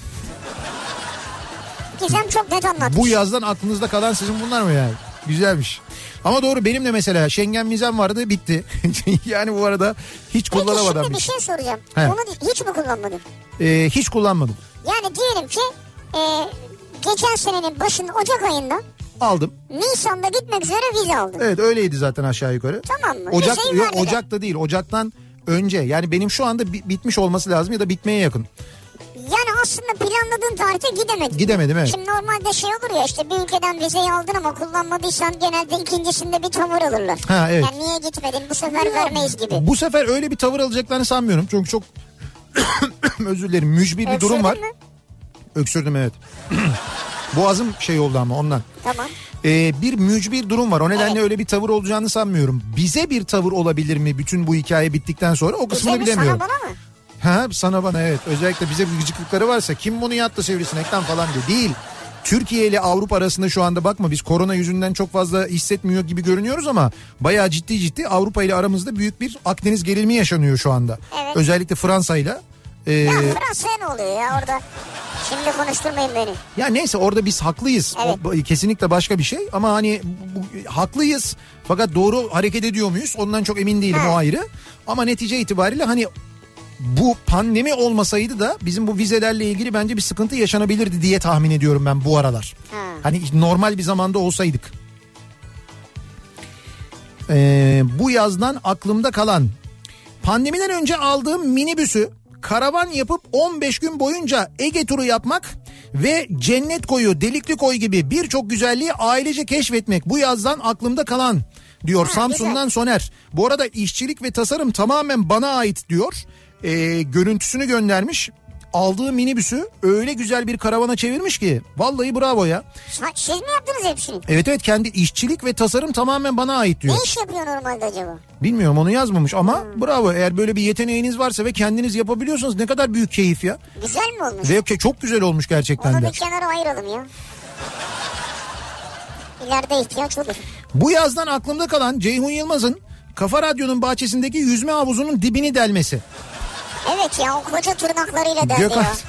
Gizem çok net anlatmış. Bu yazdan aklınızda kalan sizin bunlar mı yani? Güzelmiş. Ama doğru, benim de mesela Schengen vizem vardı, bitti. Yani bu arada hiç kullanamadım. Peki şimdi bir şey soracağım. He. Onu hiç mi kullanmadın? Hiç kullanmadım. Yani diyelim ki geçen senenin başında, Ocak ayında Aldım. Nisan'da gitmek üzere vize aldın. Evet, öyleydi zaten aşağı yukarı. Tamam mı? Ocak'ta değil, Ocak'tan önce. Yani benim şu anda bitmiş olması lazım ya da bitmeye yakın. Yani aslında planladığın tarihte gidemedin. Gidemedim, evet. Şimdi normalde şey olur ya, işte bir ülkeden vizeyi aldın ama kullanmadıysan genelde ikincisinde bir tavır alırlar. Ha, evet. Yani niye gitmedin, bu sefer vermeyiz gibi. Bu sefer öyle bir tavır alacaklarını sanmıyorum. Çünkü çok özür dilerim, mücbir bir durum var. Mi? Öksürdüm, evet. Boğazım şey oldu ama ondan. Tamam. Bir mücbir durum var. O nedenle evet, öyle bir tavır olacağını sanmıyorum. Bize bir tavır olabilir mi bütün bu hikaye bittikten sonra, o kısmını bize bilemiyorum. Sana bana mı? Ha, sana bana, evet. Özellikle bize bir gıcıklıkları varsa, kim bunu yattı sivrisinekten falan diye. Değil. Türkiye ile Avrupa arasında şu anda bakma, biz korona yüzünden çok fazla hissetmiyor gibi görünüyoruz ama bayağı ciddi Avrupa ile aramızda büyük bir Akdeniz gerilimi yaşanıyor şu anda. Evet. Özellikle Fransa ile. Ya Fransa'ya ne oluyor ya orada? Şimdi konuşturmayın beni. Ya neyse, orada biz haklıyız. Evet. O, kesinlikle başka bir şey ama hani haklıyız fakat doğru hareket ediyor muyuz? Ondan çok emin değilim, o ayrı. Ama netice itibariyle hani bu pandemi olmasaydı da bizim bu vizelerle ilgili bence bir sıkıntı yaşanabilirdi diye tahmin ediyorum ben bu aralar. Hani normal bir zamanda olsaydık. Bu yazdan aklımda kalan, pandemiden önce aldığım minibüsü karavan yapıp 15 gün boyunca Ege turu yapmak ve Cennet Koyu, Delikli Koy gibi birçok güzelliği ailece keşfetmek bu yazdan aklımda kalan diyor. Samsun'dan güzel. Soner. Bu arada işçilik ve tasarım tamamen bana ait diyor. Görüntüsünü göndermiş. aldığı minibüsü öyle güzel bir karavana çevirmiş ki vallahi bravo ya. Siz mi yaptınız hepsini? Evet kendi işçilik ve tasarım tamamen bana ait diyor. Ne iş yapıyor normalde acaba? Bilmiyorum onu yazmamış ama bravo, eğer böyle bir yeteneğiniz varsa ve kendiniz yapabiliyorsanız ne kadar büyük keyif ya. Güzel mi olmuş? Ve çok güzel olmuş gerçekten Onu de. bir kenara ayıralım ya. İleride ihtiyaç olur. Bu yazdan aklımda kalan Ceyhun Yılmaz'ın Kafa Radyo'nun bahçesindeki yüzme havuzunun dibini delmesi. Evet ya, o koca tırnaklarıyla deldi Gökhan... ya.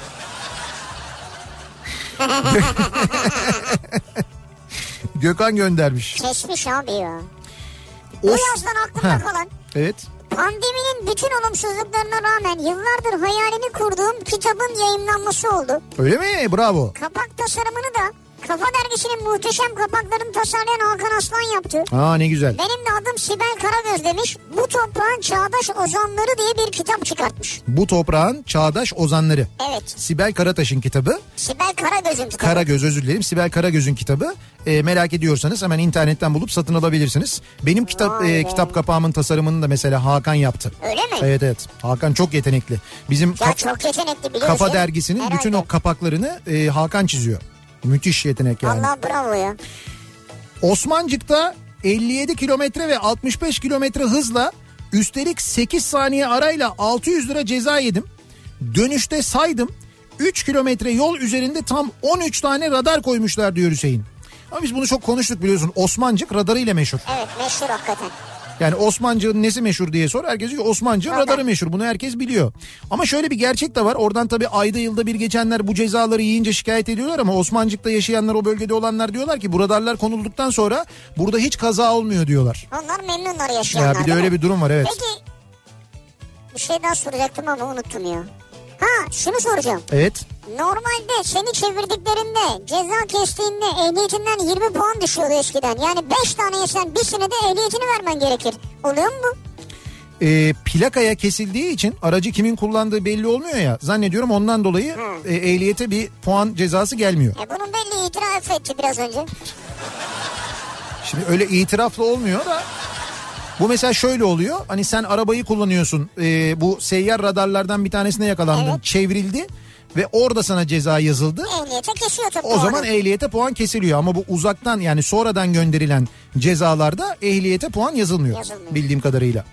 Gökhan göndermiş. Kesmiş abi ya. Bu yazdan aklımda kalan. Evet. Pandeminin bütün olumsuzluklarına rağmen yıllardır hayalini kurduğum kitabın yayımlanması oldu. Öyle mi? Bravo. Kapak tasarımını da Kafa Dergisi'nin muhteşem kapaklarını tasarlayan Hakan Aslan yaptı. Aa ne güzel. Benim de adım Sibel Karagöz demiş. Bu toprağın çağdaş ozanları diye bir kitap çıkartmış. Bu toprağın çağdaş ozanları. Evet. Sibel Karataş'ın kitabı. Sibel Karagöz'ün kitabı. Karagöz, özür dilerim. Sibel Karagöz'ün kitabı. Merak ediyorsanız hemen internetten bulup satın alabilirsiniz. Benim kitap kapağımın tasarımını da mesela Hakan yaptı. Öyle mi? Evet. Hakan çok yetenekli. Bizim çok yetenekli biliyorsun. Kafa Dergisi'nin herhalde bütün o kapaklarını Hakan çiziyor. Müthiş yetenek yani. Allah bravo ya. Osmancık'ta 57 kilometre ve 65 kilometre hızla üstelik 8 saniye arayla 600 lira ceza yedim. Dönüşte saydım 3 kilometre yol üzerinde tam 13 tane radar koymuşlar diyor Hüseyin. Ama biz bunu çok konuştuk biliyorsun. Osmancık radarıyla meşhur. Evet, meşhur hakikaten. Yani Osmancık'ın nesi meşhur diye sor. Herkes diyor ki Osmancık'ın radarı meşhur. Bunu herkes biliyor. Ama şöyle bir gerçek de var. Oradan tabii ayda yılda bir geçenler bu cezaları yiyince şikayet ediyorlar ama Osmancık'ta yaşayanlar, o bölgede olanlar diyorlar ki bu radarlar konulduktan sonra burada hiç kaza olmuyor diyorlar. Onlar memnunlar yaşayanlar. Ya bir de öyle bir durum var, evet. Peki bir şey daha soracaktım ama unuttum ya. Ha, şunu soracağım. Evet. Normalde seni çevirdiklerinde, ceza kestiğinde ehliyetinden 20 puan düşüyordu eskiden. Yani 5 tane yesen bir senede ehliyetini vermen gerekir. Oluyor mu bu? Plakaya kesildiği için aracı kimin kullandığı belli olmuyor ya. Zannediyorum ondan dolayı ehliyete bir puan cezası gelmiyor. Bunun belli, itiraf etti biraz önce. Şimdi öyle itirafla olmuyor da. Bu mesela şöyle oluyor. Hani sen arabayı kullanıyorsun. Bu seyyar radarlardan bir tanesine yakalandın. Evet. Çevrildi ve orada sana ceza yazıldı. Ehliyete kesiyor tabii. O zaman ehliyete puan kesiliyor. Ama bu uzaktan, yani sonradan gönderilen cezalarda ehliyete puan yazılmıyor. Bildiğim kadarıyla.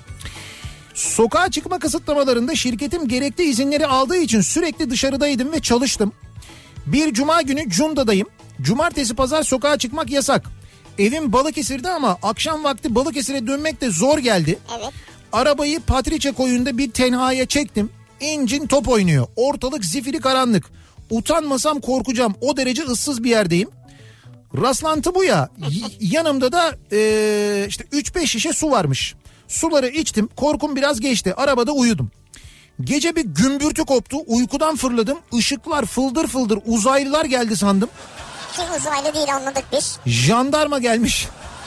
Sokağa çıkma kısıtlamalarında şirketim gerekli izinleri aldığı için sürekli dışarıdaydım ve çalıştım. Bir cuma günü Cunda'dayım. Cumartesi pazar sokağa çıkmak yasak. Evim Balıkesir'de ama akşam vakti Balıkesir'e dönmek de zor geldi. Evet. Arabayı Patriçe koyunda bir tenhaya çektim. İncin top oynuyor. Ortalık zifiri karanlık. Utanmasam korkacağım. O derece ıssız bir yerdeyim. Rastlantı bu ya. Yanımda da işte 3-5 şişe su varmış. Suları içtim. Korkum biraz geçti. Arabada uyudum. Gece bir gümbürtü koptu. Uykudan fırladım. Işıklar fıldır fıldır, uzaylılar geldi sandım. Ki uzaylı değil, anladık biz. Jandarma gelmiş.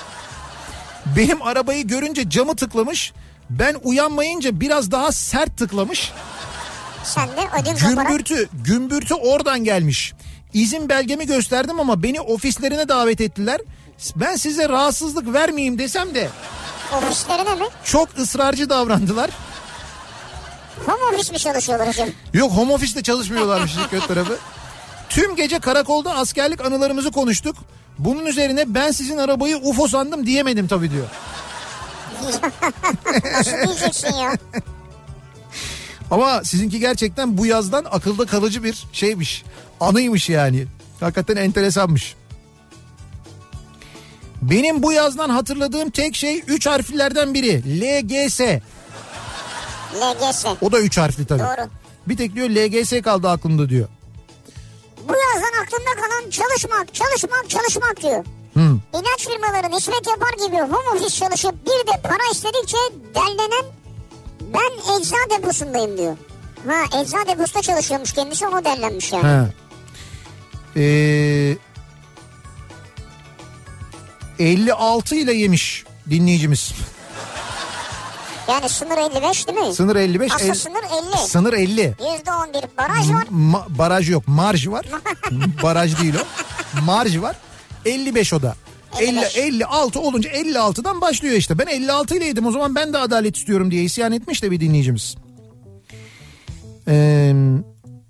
Benim arabayı görünce camı tıklamış. Ben uyanmayınca biraz daha sert tıklamış. Sen de ödüm koparak. Gümbürtü oradan gelmiş. İzin belgemi gösterdim ama beni ofislerine davet ettiler. Ben size rahatsızlık vermeyeyim desem de. Ofislerine mi? Çok ısrarcı davrandılar. Home office mi çalışıyorlar hocam? Yok, home office'te çalışmıyorlarmış şirket tarafı. Tüm gece karakolda askerlik anılarımızı konuştuk. Bunun üzerine ben sizin arabayı UFO sandım diyemedim tabii diyor. Nasıl diyeceksin ya? Ama sizinki gerçekten bu yazdan akılda kalıcı bir şeymiş. Anıymış yani. Hakikaten enteresanmış. Benim bu yazdan hatırladığım tek şey 3 harflerden biri. LGS. LGS. O da 3 harfli tabii. Doğru. Bir tek diyor LGS kaldı aklımda diyor. Bu yazdan aklımda kalan çalışmak diyor. İlaç firmaları nispet yapar gibi home office çalışıp bir de para istedikçe derlenen ben ecza deposundayım diyor. Ha, ecza deposunda çalışıyormuş kendisi, onu derlenmiş yani. Ha. 56 ile yemiş dinleyicimiz. Yani sınır 55 değil mi? Sınır 55. Aslında sınır 50. Sınır 50. %11 baraj var. Baraj yok, marj var. Baraj değil o. Marj var. 55 o da. 56 olunca 56'dan başlıyor işte. Ben 56 ile yedim, o zaman ben de adalet istiyorum diye isyan etmiş de bir dinleyicimiz.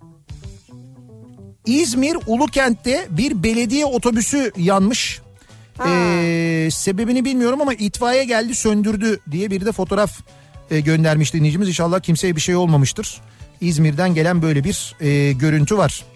İzmir Ulukent'te bir belediye otobüsü yanmış. Sebebini bilmiyorum ama itfaiye geldi söndürdü diye bir de fotoğraf göndermiş dinleyicimiz. İnşallah kimseye bir şey olmamıştır. İzmir'den gelen böyle bir görüntü var.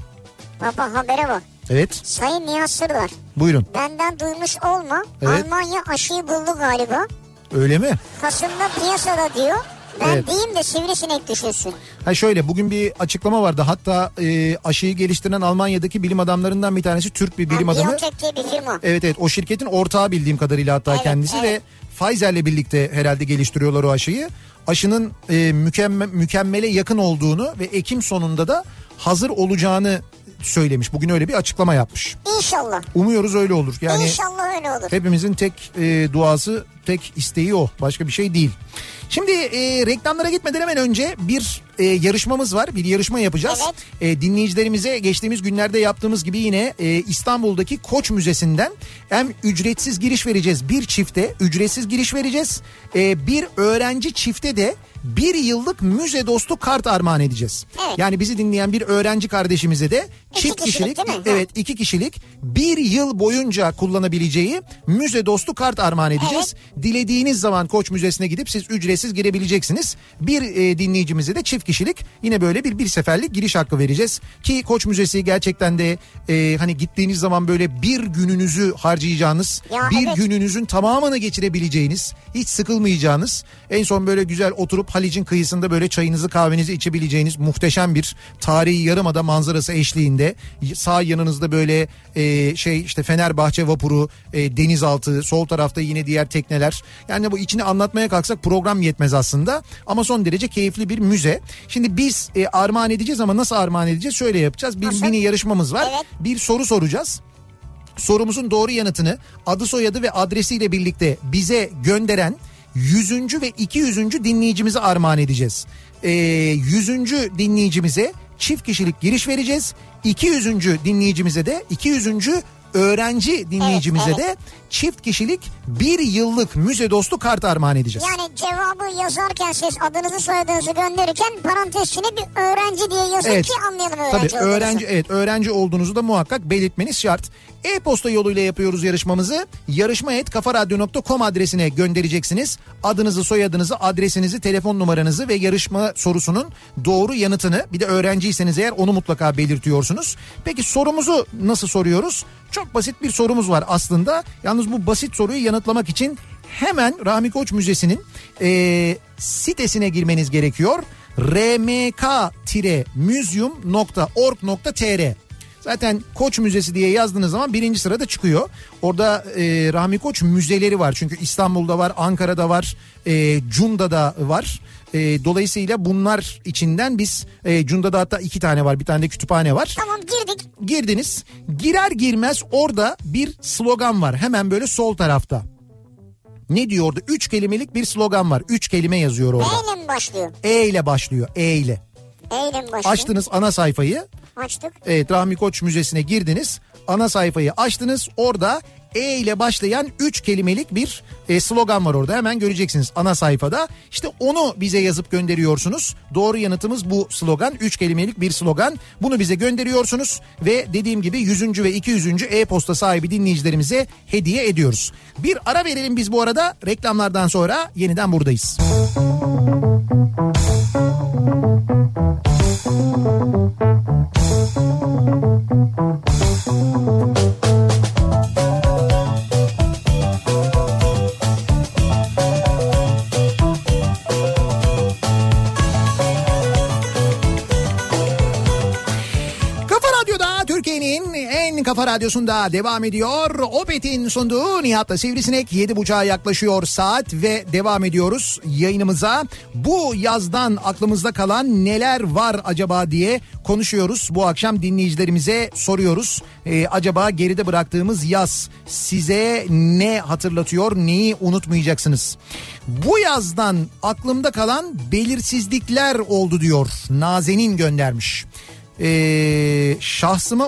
Baba habere bak. Evet. Sayın Nihat Sırdar. Buyurun. Benden duymuş olma. Evet. Almanya aşıyı buldu galiba. Öyle mi? Kasım'da piyasada diyor. Ben Evet. diyeyim de sivrisinek düşünsün. Ha şöyle, bugün bir açıklama vardı. Hatta aşıyı geliştiren Almanya'daki bilim adamlarından bir tanesi, Türk bir bilim adamı. BioNTech diye bir firma. Evet o şirketin ortağı bildiğim kadarıyla hatta Evet, kendisi evet. ve Pfizer'le birlikte herhalde geliştiriyorlar o aşıyı. Aşının mükemmele yakın olduğunu ve Ekim sonunda da hazır olacağını söylemiş. Bugün öyle bir açıklama yapmış. İnşallah. Umuyoruz öyle olur. Yani İnşallah öyle olur. hepimizin tek duası, tek isteği o. Başka bir şey değil. Şimdi reklamlara gitmeden hemen önce bir yarışmamız var. Bir yarışma yapacağız. Evet. Dinleyicilerimize geçtiğimiz günlerde yaptığımız gibi yine İstanbul'daki Koç Müzesi'nden hem ücretsiz giriş vereceğiz. Bir çifte ücretsiz giriş vereceğiz. Bir öğrenci çifte de bir yıllık müze dostu kart armağan edeceğiz. Evet. Yani bizi dinleyen bir öğrenci kardeşimize de çift kişilik, değil mi? evet 2 kişilik bir yıl boyunca kullanabileceği müze dostu kart armağan edeceğiz. Dilediğiniz zaman Koç Müzesi'ne gidip siz ücretsiz girebileceksiniz. Bir dinleyicimize de çift kişilik yine böyle bir seferlik giriş hakkı vereceğiz. Ki Koç Müzesi gerçekten de hani gittiğiniz zaman böyle bir gününüzü harcayacağınız, gününüzün tamamını geçirebileceğiniz, hiç sıkılmayacağınız, en son böyle güzel oturup Halic'in kıyısında böyle çayınızı kahvenizi içebileceğiniz muhteşem bir tarihi yarımada manzarası eşliğinde, sağ yanınızda böyle işte Fenerbahçe vapuru, denizaltı, sol tarafta yine diğer tekneler. Yani bu içini anlatmaya kalksak program yetmez aslında ama son derece keyifli bir müze. Şimdi biz armağan edeceğiz ama nasıl armağan edeceğiz? Şöyle yapacağız. Bir mini yarışmamız var. Evet. Bir soru soracağız. Sorumuzun doğru yanıtını adı soyadı ve adresiyle birlikte bize gönderen 100. ve 200. dinleyicimize armağan edeceğiz. 100. dinleyicimize çift kişilik giriş vereceğiz. 200. dinleyicimize de 200. öğrenci dinleyicimize de çift kişilik bir yıllık müze dostu kart armağan edeceğiz. Yani cevabı yazarken siz adınızı soyadınızı gönderirken parantez içine bir öğrenci diye yazın ki anlayalım öğrenci olduğunuzu. Öğrenci olduğunuzu da muhakkak belirtmeniz şart. E-posta yoluyla yapıyoruz yarışmamızı. yarışma@kafaradyo.com adresine göndereceksiniz. Adınızı, soyadınızı, adresinizi, telefon numaranızı ve yarışma sorusunun doğru yanıtını, bir de öğrenciyseniz eğer onu mutlaka belirtiyorsunuz. Peki sorumuzu nasıl soruyoruz? Çok basit bir sorumuz var aslında. Yalnız bu basit soruyu yanıtlamak için hemen Rahmi Koç Müzesi'nin sitesine girmeniz gerekiyor. rmk-museum.org.tr. Zaten Koç Müzesi diye yazdığınız zaman birinci sırada çıkıyor. Orada Rahmi Koç müzeleri var. Çünkü İstanbul'da var, Ankara'da var, Cunda'da var. Dolayısıyla bunlar içinden biz Cunda'da hatta 2 tane var, bir tane de kütüphane var. Tamam, girdik. Girdiniz. Girer girmez orada bir slogan var. Hemen böyle sol tarafta. Ne diyor orada? 3 kelimelik bir slogan var. 3 kelime yazıyor orada. E ile mi başlıyor? E ile başlıyor. E ile. E ile mi başlıyor? Açtınız ana sayfayı. Açtık. Evet, Rahmi Koç Müzesi'ne girdiniz. Ana sayfayı açtınız. Orada E ile başlayan 3 kelimelik bir slogan var orada. Hemen göreceksiniz ana sayfada. İşte onu bize yazıp gönderiyorsunuz. Doğru yanıtımız bu slogan. 3 kelimelik bir slogan. Bunu bize gönderiyorsunuz. Ve dediğim gibi 100. ve 200. e-posta sahibi dinleyicilerimize hediye ediyoruz. Bir ara verelim biz bu arada. Reklamlardan sonra yeniden buradayız. Kafa Radyosu'nda devam ediyor. Opet'in sunduğu Nihat'la Sivrisinek, 7.30'a yaklaşıyor saat ve devam ediyoruz yayınımıza. Bu yazdan aklımızda kalan neler var acaba diye konuşuyoruz. Bu akşam dinleyicilerimize soruyoruz. Acaba geride bıraktığımız yaz size ne hatırlatıyor, neyi unutmayacaksınız? Bu yazdan aklımda kalan belirsizlikler oldu diyor. Nazenin göndermiş. Şahsıma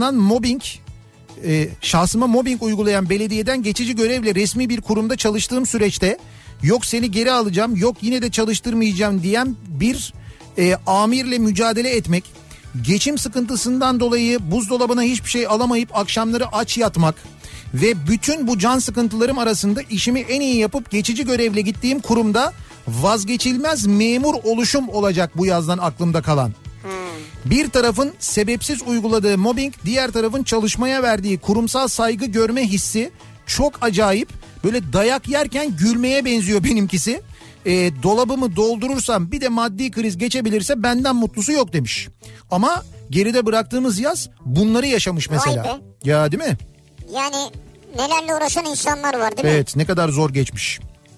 mobbing uygulayan belediyeden geçici görevle resmi bir kurumda çalıştığım süreçte yok seni geri alacağım, yok yine de çalıştırmayacağım diyen bir amirle mücadele etmek, geçim sıkıntısından dolayı buzdolabına hiçbir şey alamayıp akşamları aç yatmak ve bütün bu can sıkıntılarım arasında işimi en iyi yapıp geçici görevle gittiğim kurumda vazgeçilmez memur oluşum olacak bu yazdan aklımda kalan. Bir tarafın sebepsiz uyguladığı mobbing, diğer tarafın çalışmaya verdiği kurumsal saygı görme hissi çok acayip. Böyle dayak yerken gülmeye benziyor benimkisi. Dolabımı doldurursam bir de maddi kriz geçebilirse benden mutlusu yok demiş. Ama geride bıraktığımız yaz bunları yaşamış mesela. Vay be. Ya değil mi? Yani nelerle uğraşan insanlar var değil mi? Evet, ne kadar zor geçmiş.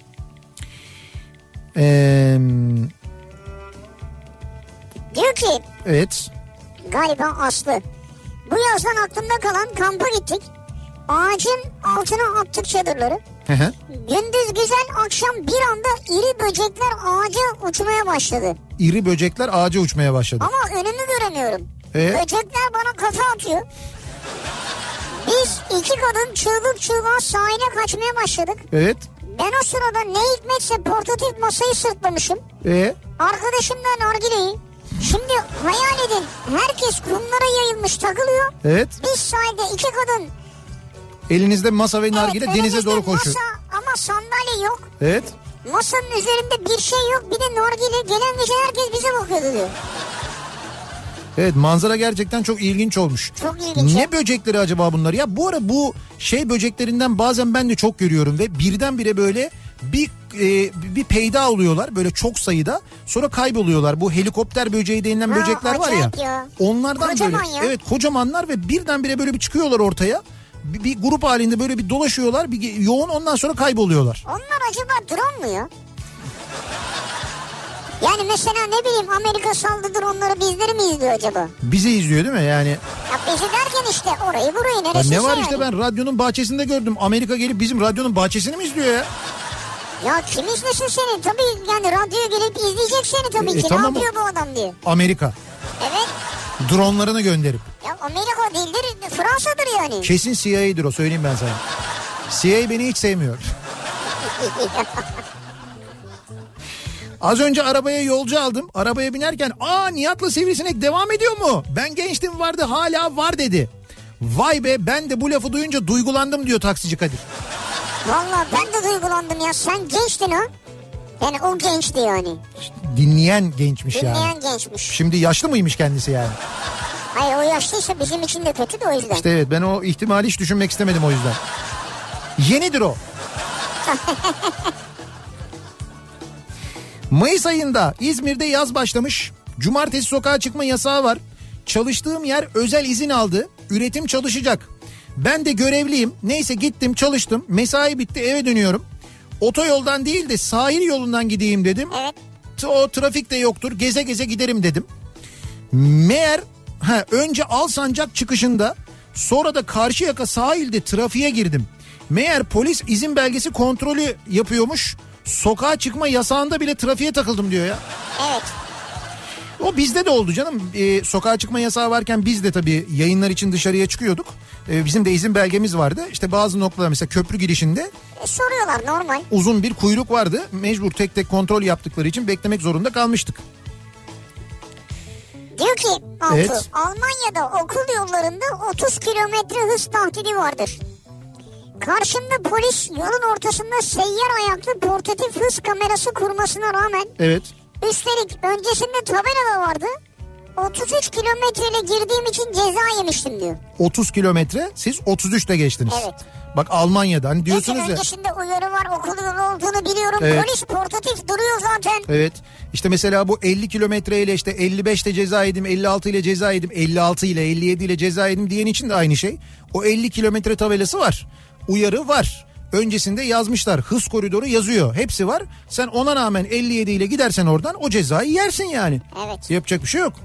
Diyor ki Evet. galiba Aslı. Bu yazdan aklımda kalan kampa gittik. Ağacın altına attık çadırları. Hı hı. Gündüz güzel, akşam bir anda iri böcekler ağaca uçmaya başladı. İri böcekler ağaca uçmaya başladı. Ama önümü göremiyorum. Böcekler bana kafa atıyor. Biz iki kadın çığlık çığlığa sahile kaçmaya başladık. Evet. Ben o sırada ne hikmetse portatif masayı sırtlamışım. Arkadaşım da nargileyi. Şimdi hayal edin, herkes kumlara yayılmış takılıyor. Evet. Biz sahilde iki kadın. Elinizde masa ve nargile, evet, denize doğru koşuyor. Masa ama sandalye yok. Evet. Masanın üzerinde bir şey yok, bir de nargile, gelen geçen herkes bize bakıyordu diyor. Evet, manzara gerçekten çok ilginç olmuş. Çok ilginç. Ne böcekleri acaba bunlar ya? Bu ara bu şey böceklerinden bazen ben de çok görüyorum ve birdenbire böyle bir peyda oluyorlar böyle çok sayıda, sonra kayboluyorlar. Bu helikopter böceği denilen böcekler var ya. Onlardan kocaman böyle. Ya. Evet, kocamanlar ve birdenbire böyle bir çıkıyorlar ortaya. Bir grup halinde böyle bir dolaşıyorlar, bir yoğun, ondan sonra kayboluyorlar. Onlar acaba drone mu ya? Yani mesela ne bileyim, Amerika saldı dronları, bizleri mi izliyor acaba? Bizi izliyor değil mi yani? Ya bizi derken işte orayı burayı neresi ne var yani? işte, ben radyonun bahçesinde gördüm. Amerika gelip bizim radyonun bahçesini mi izliyor ya? Ya kim izlesin seni? Tabii yani radyoya gelip izleyecek seni tabii ki. Tamam. Ne yapıyor bu adam diye. Amerika. Evet. Dronlarını gönderip. Ya Amerika değildir, Fransa'dır yani. Kesin CIA'dir o, söyleyeyim ben sana. CIA beni hiç sevmiyor. Az önce arabaya yolcu aldım. Arabaya binerken Nihat'la Sivrisinek devam ediyor mu? Ben gençtim vardı, hala var dedi. Vay be, ben de bu lafı duyunca duygulandım diyor taksici Kadir. Vallahi ben de duygulandım ya, sen gençtin ha. Yani o gençti yani. İşte dinleyen gençmiş yani. Dinleyen gençmiş. Şimdi yaşlı mıymış kendisi yani? Hayır, o yaşlıysa bizim için de kötü de o yüzden. İşte evet, ben o ihtimali hiç düşünmek istemedim o yüzden. Yenidir o. Mayıs ayında İzmir'de yaz başlamış. Cumartesi sokağa çıkma yasağı var. Çalıştığım yer özel izin aldı. Üretim çalışacak. Ben de görevliyim. Neyse gittim, çalıştım. Mesai bitti, eve dönüyorum. Otoyoldan değil de sahil yolundan gideyim dedim. Evet. O trafik de yoktur. Geze geze giderim dedim. Meğer önce Alsancak çıkışında, sonra da Karşıyaka sahilde trafiğe girdim. Meğer polis izin belgesi kontrolü yapıyormuş. Sokağa çıkma yasağında bile trafiğe takıldım diyor ya. Evet. O bizde de oldu canım. Sokağa çıkma yasağı varken biz de tabii yayınlar için dışarıya çıkıyorduk. Bizim de izin belgemiz vardı. İşte bazı noktalar, mesela köprü girişinde soruyorlar, normal. uzun bir kuyruk vardı. Mecbur tek tek kontrol yaptıkları için beklemek zorunda kalmıştık. Diyor ki Altı, Evet. Almanya'da okul yollarında 30 kilometre hız tahdidi vardır. Karşımda polis yolun ortasında seyyar ayaklı portatif hız kamerası kurmasına rağmen, Evet. üstelik öncesinde tabela da vardı, 33 kilometreyle girdiğim için ceza yemiştim diyor. 30 kilometre, siz 33'te geçtiniz. Evet. Bak Almanya'da hani diyorsunuz ya. Öncesinde uyarı var, okul yolu olduğunu biliyorum. Evet. Polis portatif duruyor zaten. Evet. İşte mesela bu 50 kilometre ile işte 55'te ceza yedim, 56 ile ceza yedim, 56 ile 57 ile ceza yedim diyen için de aynı şey. O 50 kilometre tabelası var. Uyarı var. Öncesinde yazmışlar. Hız koridoru yazıyor. Hepsi var. Sen ona rağmen 57 ile gidersen oradan o cezayı yersin yani. Evet. Yapacak bir şey yok.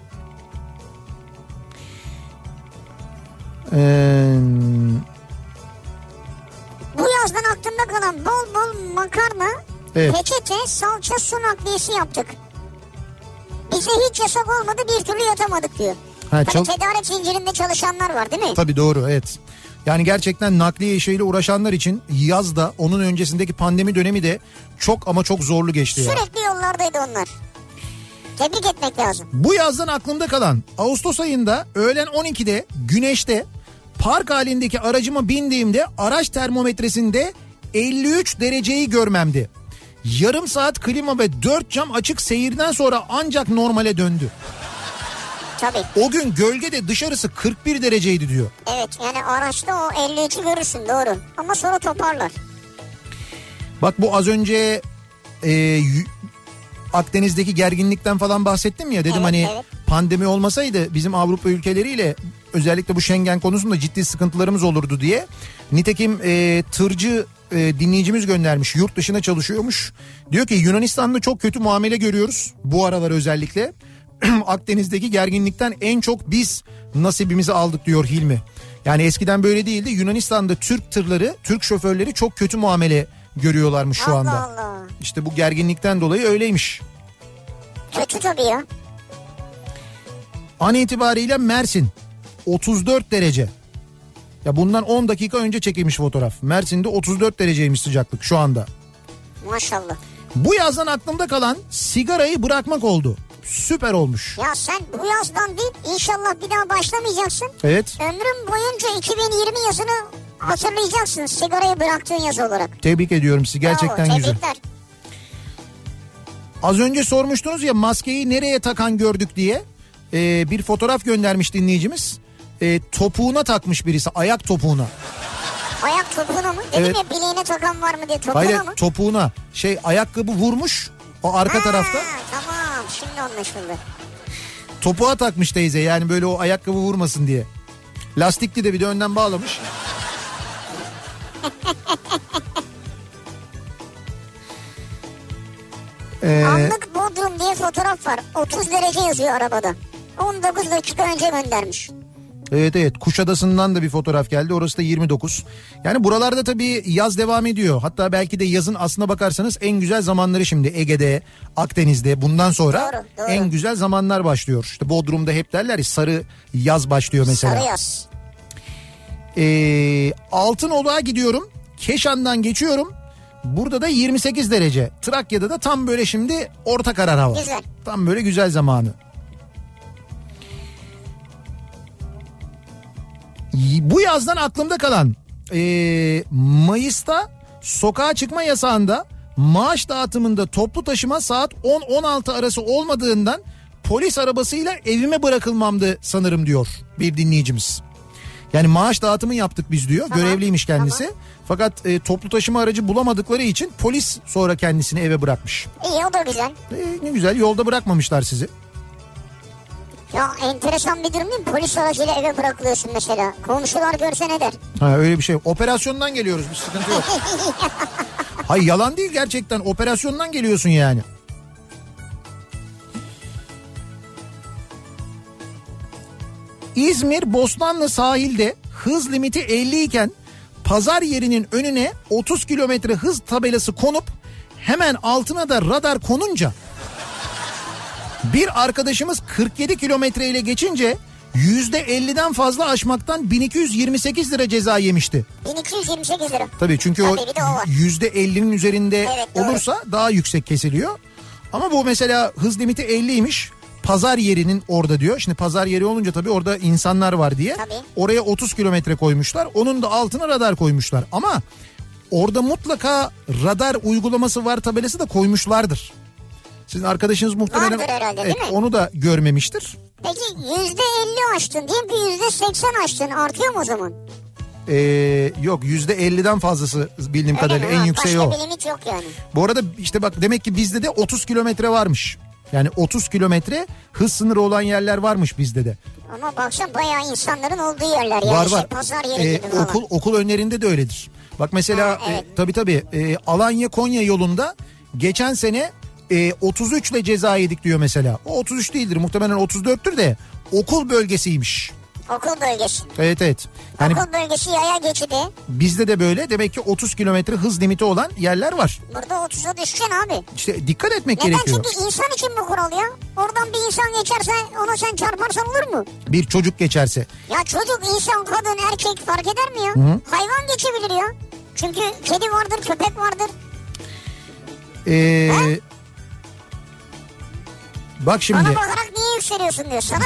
Bu yazdan aklımda kalan bol bol makarna, Evet. peçete, salça, su nakliyesi yaptık. Bize hiç yasak olmadı, bir türlü yatamadık diyor. Ha, Tabii tedarik zincirinde çalışanlar var değil mi? Tabii doğru, evet. Yani gerçekten nakliye işiyle uğraşanlar için yaz da, onun öncesindeki pandemi dönemi de çok ama çok zorlu geçti ya. Sürekli yollardaydı onlar. Tebrik etmek lazım. Bu yazdan aklımda kalan Ağustos ayında öğlen 12'de güneşte park halindeki aracıma bindiğimde araç termometresinde 53 dereceyi görmemdi. Yarım saat klima ve 4 cam açık seyirden sonra ancak normale döndü. Tabii. O gün gölgede dışarısı 41 dereceydi diyor. Evet yani araçta o 53'ü görürsün doğru ama sonra toparlar. Bak bu az önce Akdeniz'deki gerginlikten falan bahsettim ya dedim evet, hani evet. Pandemi olmasaydı bizim Avrupa ülkeleriyle özellikle bu Schengen konusunda ciddi sıkıntılarımız olurdu diye. Nitekim tırcı dinleyicimiz göndermiş, yurt dışına çalışıyormuş. Diyor ki Yunanistan'da çok kötü muamele görüyoruz bu aralar özellikle. Akdeniz'deki gerginlikten en çok biz nasibimizi aldık diyor Hilmi. Yani eskiden böyle değildi. Yunanistan'da Türk tırları, Türk şoförleri çok kötü muamele görüyorlarmış şu anda. Allah Allah. İşte bu gerginlikten dolayı öyleymiş. Kötü tabii ya. An itibariyle Mersin 34 derece. Ya bundan 10 dakika önce çekilmiş fotoğraf. Mersin'de 34 dereceymiş sıcaklık şu anda. Maşallah. Bu yazdan aklımda kalan sigarayı bırakmak oldu. Süper olmuş. Ya sen bu yazdan değil inşallah bir daha başlamayacaksın. Evet. Ömrüm boyunca 2020 yazını hatırlayacaksın sigarayı bıraktığın yaz olarak. Tebrik ediyorum sizi gerçekten bravo, güzel. tebrikler. Az önce sormuştunuz ya maskeyi nereye takan gördük diye. Bir fotoğraf göndermiş dinleyicimiz. Topuğuna takmış birisi, ayak topuğuna. Ayak topuğuna mı? Dedim Evet. ya bileğine takan var mı diye topuğuna Hayır mı? topuğuna. Ayakkabı vurmuş o arka tarafta. Tamam şimdi anlaşıldı. Topuğa takmış teyze yani böyle o ayakkabı vurmasın diye. Lastikli de bir de önden bağlamış. Anlık Bodrum diye fotoğraf var. 30 derece yazıyor arabada. 19 dakika önce göndermiş. Evet Kuşadası'ndan da bir fotoğraf geldi. Orası da 29. Yani buralarda tabii yaz devam ediyor. Hatta belki de yazın aslına bakarsanız en güzel zamanları şimdi Ege'de, Akdeniz'de bundan sonra doğru. en güzel zamanlar başlıyor. İşte Bodrum'da hep derler ya sarı yaz başlıyor mesela. Sarı yaz. Altınoluk'a gidiyorum. Keşan'dan geçiyorum. Burada da 28 derece. Trakya'da da tam böyle şimdi orta karar hava. Güzel. Tam böyle güzel zamanı. Bu yazdan aklımda kalan Mayıs'ta sokağa çıkma yasağında maaş dağıtımında toplu taşıma saat 10-16 arası olmadığından polis arabasıyla evime bırakılmamdı sanırım diyor bir dinleyicimiz. Yani maaş dağıtımı yaptık biz diyor. Tamam, görevliymiş kendisi. Tamam. Fakat toplu taşıma aracı bulamadıkları için polis sonra kendisini eve bırakmış. İyi o da güzel. Ne güzel yolda bırakmamışlar sizi. Ya enteresan bir durum değil mi? Polis aracıyla eve bırakılıyorsun mesela. Komşular görse ne der? Ha öyle bir şey. Operasyondan geliyoruz bir sıkıntı yok. Hayır yalan değil gerçekten operasyondan geliyorsun yani. İzmir Bostanlı sahilde hız limiti 50 iken pazar yerinin önüne 30 kilometre hız tabelası konup hemen altına da radar konunca bir arkadaşımız 47 kilometre ile geçince %50'den fazla aşmaktan 1228 lira ceza yemişti. 1228 lira. Tabii çünkü o %50'nin üzerinde olursa daha yüksek kesiliyor. Ama bu mesela hız limiti 50'ymiş. Pazar yerinin orada diyor. Şimdi pazar yeri olunca tabii orada insanlar var diye. Tabii. Oraya 30 kilometre koymuşlar. Onun da altına radar koymuşlar. Ama orada mutlaka radar uygulaması var tabelası da koymuşlardır. Sizin arkadaşınız muhtemelen herhalde, değil mi? Onu da görmemiştir. Peki %50 aştın diye bir %80 aştın artıyor mu o zaman? Yok %50'den fazlası bildiğim kadarıyla en yükseği o. Başka bir limit yok yani. Bu arada işte bak demek ki bizde de 30 kilometre varmış. Yani 30 kilometre hız sınırı olan yerler varmış bizde de. Ama baksana bayağı insanların olduğu yerler yani. Var. Pazar yeri gibi falan. Okul önlerinde de öyledir. Bak mesela evet. Tabii Alanya Konya yolunda geçen sene 33 ile ceza yedik diyor mesela. O 33 değildir muhtemelen 34'tür de okul bölgesiymiş. Okul bölgesi. Evet. Yani okul bölgesi yaya geçidi. Bizde de böyle demek ki 30 kilometre hız limiti olan yerler var. Burada 30'a düşeceksin abi. İşte dikkat etmek neden gerekiyor. Neden çünkü insan için bu kural ya. Oradan bir insan geçerse ona sen çarparsan olur mu? Bir çocuk geçerse. Ya çocuk, insan, kadın, erkek fark eder mi ya? Hı-hı. Hayvan geçebilir ya. Çünkü kedi vardır, köpek vardır. Bak şimdi. Bana bakarak niye yükseliyorsun diyor sana.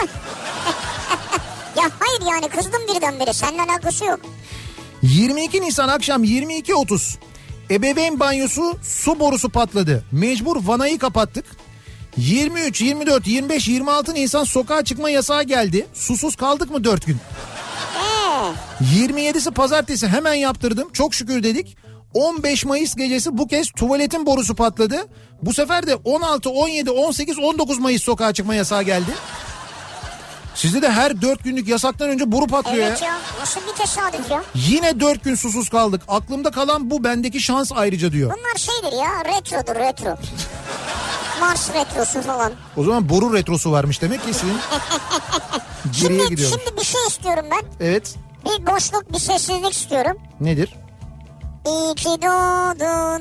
Ya hayır yani kızdım birdenbire. Seninle alakası yok. 22 Nisan akşam 22.30. Ebeveyn banyosu su borusu patladı. Mecbur vanayı kapattık. 23, 24, 25, 26 Nisan sokağa çıkma yasağı geldi. Susuz kaldık mı 4 gün? 27'si pazartesi hemen yaptırdım. Çok şükür dedik. 15 Mayıs gecesi bu kez tuvaletin borusu patladı. Bu sefer de 16, 17, 18, 19 Mayıs sokağa çıkma yasağı geldi. Sizde de her 4 günlük yasaktan önce boru patlıyor evet ya. Nasıl bir tesadüf ya? Yine 4 gün susuz kaldık. Aklımda kalan bu, bendeki şans ayrıca diyor. Bunlar şeydir ya, retrodur retro. Mars retrosu falan. O zaman boru retrosu varmış demek ki sizin. Geriye gidiyormuş. Şimdi bir şey istiyorum ben. Evet. Bir boşluk, bir sessizlik istiyorum. Nedir? İyi ki doğdun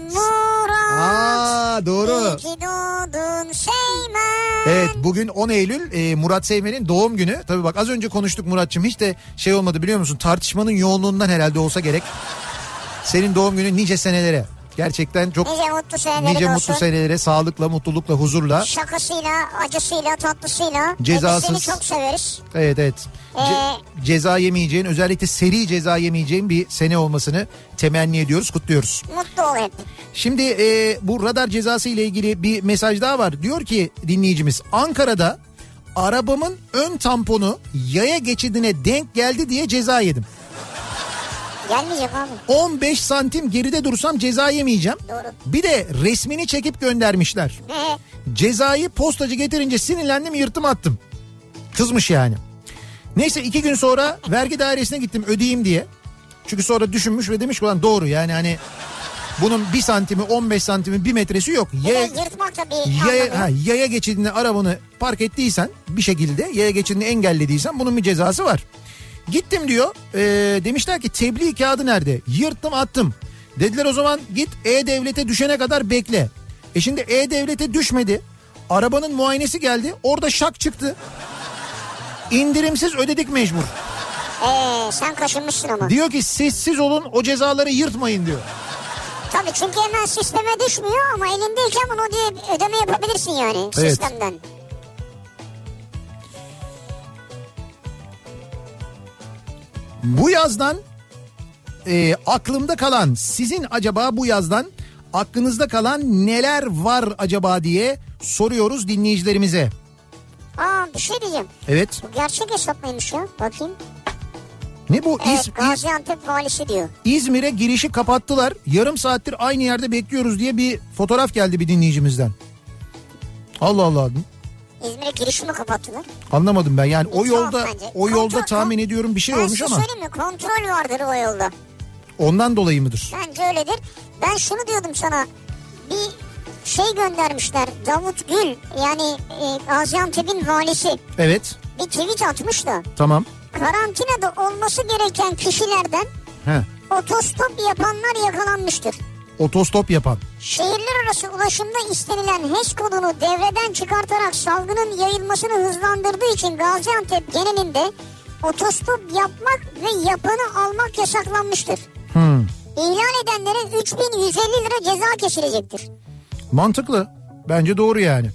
Murat. Doğru. İyi ki doğdun Seymen. Evet, bugün 10 Eylül Murat Seymen'in doğum günü. Tabii bak az önce konuştuk Murat'cığım, hiç de şey olmadı biliyor musun? Tartışmanın yoğunluğundan herhalde olsa gerek. Senin doğum günün nice senelere. Gerçekten çok nice mutlu senelere nice olsun. Mutlu senelere, sağlıkla, mutlulukla, huzurla. Şakasıyla, acısıyla, tatlısıyla. Cezasız. Biz seni çok severiz. Evet. Ceza yemeyeceğin, özellikle seri ceza yemeyeceğin bir sene olmasını temenni ediyoruz, kutluyoruz. Mutlu ol hep. Şimdi bu radar cezası ile ilgili bir mesaj daha var. Diyor ki dinleyicimiz, Ankara'da arabamın ön tamponu yaya geçidine denk geldi diye ceza yedim. Gelmeyecek abi. 15 santim geride dursam ceza yemeyeceğim. Doğru. Bir de resmini çekip göndermişler. Cezayı postacı getirince sinirlendim, yırttım attım. Kızmış yani. Neyse 2 gün sonra vergi dairesine gittim ödeyeyim diye. Çünkü sonra düşünmüş ve demiş ki ulan doğru yani hani bunun 1 santimi 15 santimi 1 metresi yok. Yırtmak da bir yaya geçidine arabanı park ettiysen bir şekilde, yaya geçidini engellediysen bunun bir cezası var. Gittim diyor, demişler ki tebliğ kağıdı nerede? Yırttım attım. Dediler o zaman git E-Devlet'e düşene kadar bekle. Şimdi E-Devlet'e düşmedi. Arabanın muayenesi geldi, orada şak çıktı. İndirimsiz ödedik mecbur. Sen kaşınmışsın ama. Diyor ki sessiz olun, o cezaları yırtmayın diyor. Tabii çünkü hemen sisteme düşmüyor ama elindeyken bunu diye ödeme yapabilirsin yani sistemden. Bu yazdan aklımda kalan, sizin acaba bu yazdan aklınızda kalan neler var acaba diye soruyoruz dinleyicilerimize. Bir şey diyeceğim. Evet. Bu gerçek hesap mıymış ya? Bakayım. Ne bu? Evet, Gaziantep valisi diyor. İzmir'e girişi kapattılar. Yarım saattir aynı yerde bekliyoruz diye bir fotoğraf geldi bir dinleyicimizden. Allah Allah. İzmir'e girişi mi kapattılar? Anlamadım ben. Yani o yolda Kontrol, tahmin ediyorum bir şey olmuş ama. Ben size söyleyeyim mi? Kontrol vardır o yolda. Ondan dolayı mıdır? Bence öyledir. Ben şunu diyordum sana. Bir şey göndermişler. Davut Gül yani Gaziantep'in valisi. Evet. Bir tweet atmış da. Tamam. Karantinada olması gereken kişilerden otostop yapanlar yakalanmıştır. Otostop yapan. Şehirler arası ulaşımda istenilen HES kodunu devreden çıkartarak salgının yayılmasını hızlandırdığı için Gaziantep genelinde otostop yapmak ve yapanı almak yasaklanmıştır. İhlal edenlere 3.150 lira ceza kesilecektir. Mantıklı. Bence doğru yani.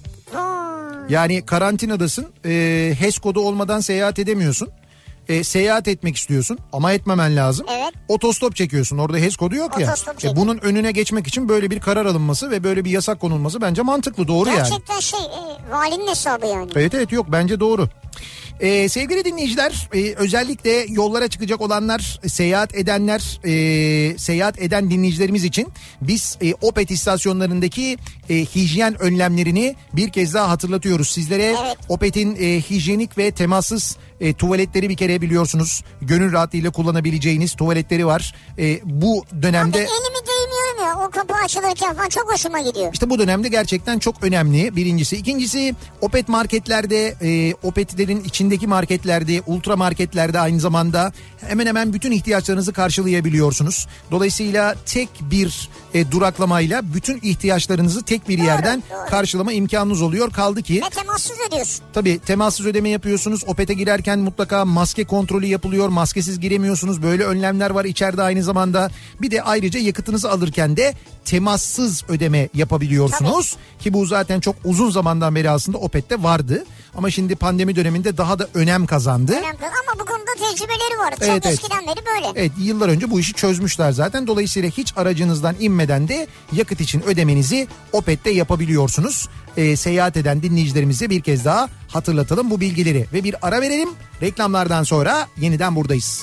Yani karantinadasın, HES kodu olmadan seyahat edemiyorsun. Seyahat etmek istiyorsun ama etmemen lazım. Evet. Otostop çekiyorsun, orada HES kodu yok ya. Bunun önüne geçmek için böyle bir karar alınması ve böyle bir yasak konulması bence mantıklı, doğru gerçekten yani. Gerçekten valinin hesabı yani. Evet yok, bence doğru. Sevgili dinleyiciler, özellikle yollara çıkacak olanlar, seyahat edenler, seyahat eden dinleyicilerimiz için biz Opet istasyonlarındaki hijyen önlemlerini bir kez daha hatırlatıyoruz sizlere. Evet. Opet'in hijyenik ve temassız tuvaletleri bir kere biliyorsunuz gönül rahatlığıyla kullanabileceğiniz tuvaletleri var. Bu dönemde... Abi elimi değmiyorum ya, o kapı açılırken falan çok hoşuma gidiyor. İşte bu dönemde gerçekten çok önemli, birincisi. İkincisi Opet marketlerde, Opet'lerin içindeki marketlerde, ultra marketlerde aynı zamanda hemen hemen bütün ihtiyaçlarınızı karşılayabiliyorsunuz. Dolayısıyla tek bir duraklamayla bütün ihtiyaçlarınızı tek bir yerden karşılama imkanınız oluyor. Kaldı ki... Ve temassız ödüyorsun. Tabii temassız ödeme yapıyorsunuz. Opet'e girerken mutlaka maske kontrolü yapılıyor. Maskesiz giremiyorsunuz. Böyle önlemler var içeride aynı zamanda. Bir de ayrıca yakıtınızı alırken de temassız ödeme yapabiliyorsunuz. Tabii. Ki bu zaten çok uzun zamandan beri aslında Opet'te vardı. Ama şimdi pandemi döneminde daha da önem kazandı. Ama bu konuda tecrübeleri var. Çok evet, eskiden beri böyle. Evet, yıllar önce bu işi çözmüşler zaten. Dolayısıyla hiç aracınızdan inmeden de yakıt için ödemenizi Opet'te yapabiliyorsunuz. Seyahat eden dinleyicilerimize bir kez daha hatırlatalım bu bilgileri. Ve bir ara verelim. Reklamlardan sonra yeniden buradayız.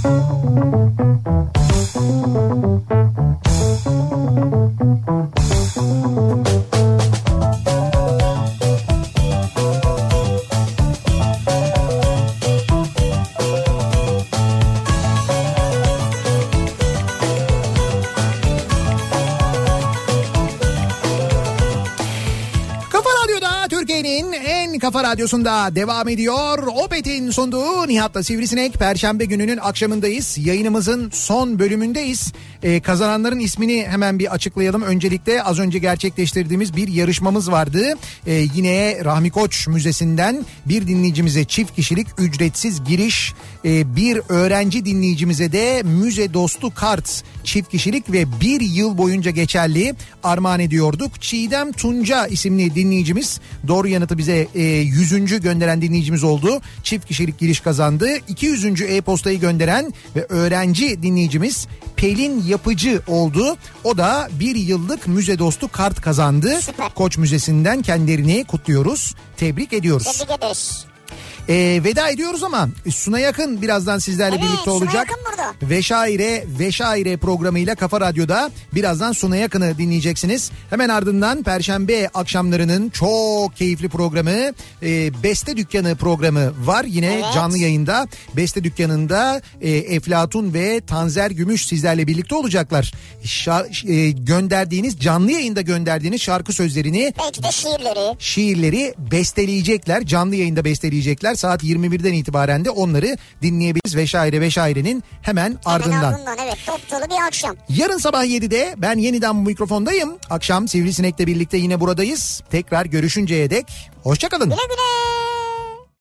Kafa Radyosu'nda devam ediyor. Opet'in sunduğu Nihat'la Sivrisinek. Perşembe gününün akşamındayız. Yayınımızın son bölümündeyiz. Kazananların ismini hemen bir açıklayalım. Öncelikle az önce gerçekleştirdiğimiz bir yarışmamız vardı. Yine Rahmi Koç Müzesi'nden bir dinleyicimize çift kişilik ücretsiz giriş, bir öğrenci dinleyicimize de müze dostu kart çift kişilik ve bir yıl boyunca geçerli armağan ediyorduk. Çiğdem Tunca isimli dinleyicimiz doğru yanıtı bize 100. gönderen dinleyicimiz oldu. Çift kişilik giriş kazandı. 200. e-postayı gönderen ve öğrenci dinleyicimiz Pelin Yapıcı oldu. O da bir yıllık müze dostu kart kazandı. Süper. Koç Müzesi'nden kendilerini kutluyoruz. Tebrik ediyoruz. Tebrik ederiz. Veda ediyoruz ama Suna Yakın birazdan sizlerle birlikte olacak. Veşaire programıyla Kafa Radyo'da birazdan Suna Yakın'ı dinleyeceksiniz. Hemen ardından Perşembe akşamlarının çok keyifli programı Beste Dükkanı programı var. Yine canlı yayında Beste Dükkanı'nda Eflatun ve Tanzer Gümüş sizlerle birlikte olacaklar. Gönderdiğiniz canlı yayında gönderdiğiniz şarkı sözlerini, belki de şiirleri besteleyecekler. Canlı yayında besteleyecekler. Saat 21'den itibaren de onları dinleyebiliriz. Veşaire'nin hemen ardından. Evet, top dolu bir akşam. Yarın sabah 7'de ben yeniden bu mikrofondayım. Akşam Sivrisinek'le birlikte yine buradayız. Tekrar görüşünceye dek hoşça kalın. Güle güle.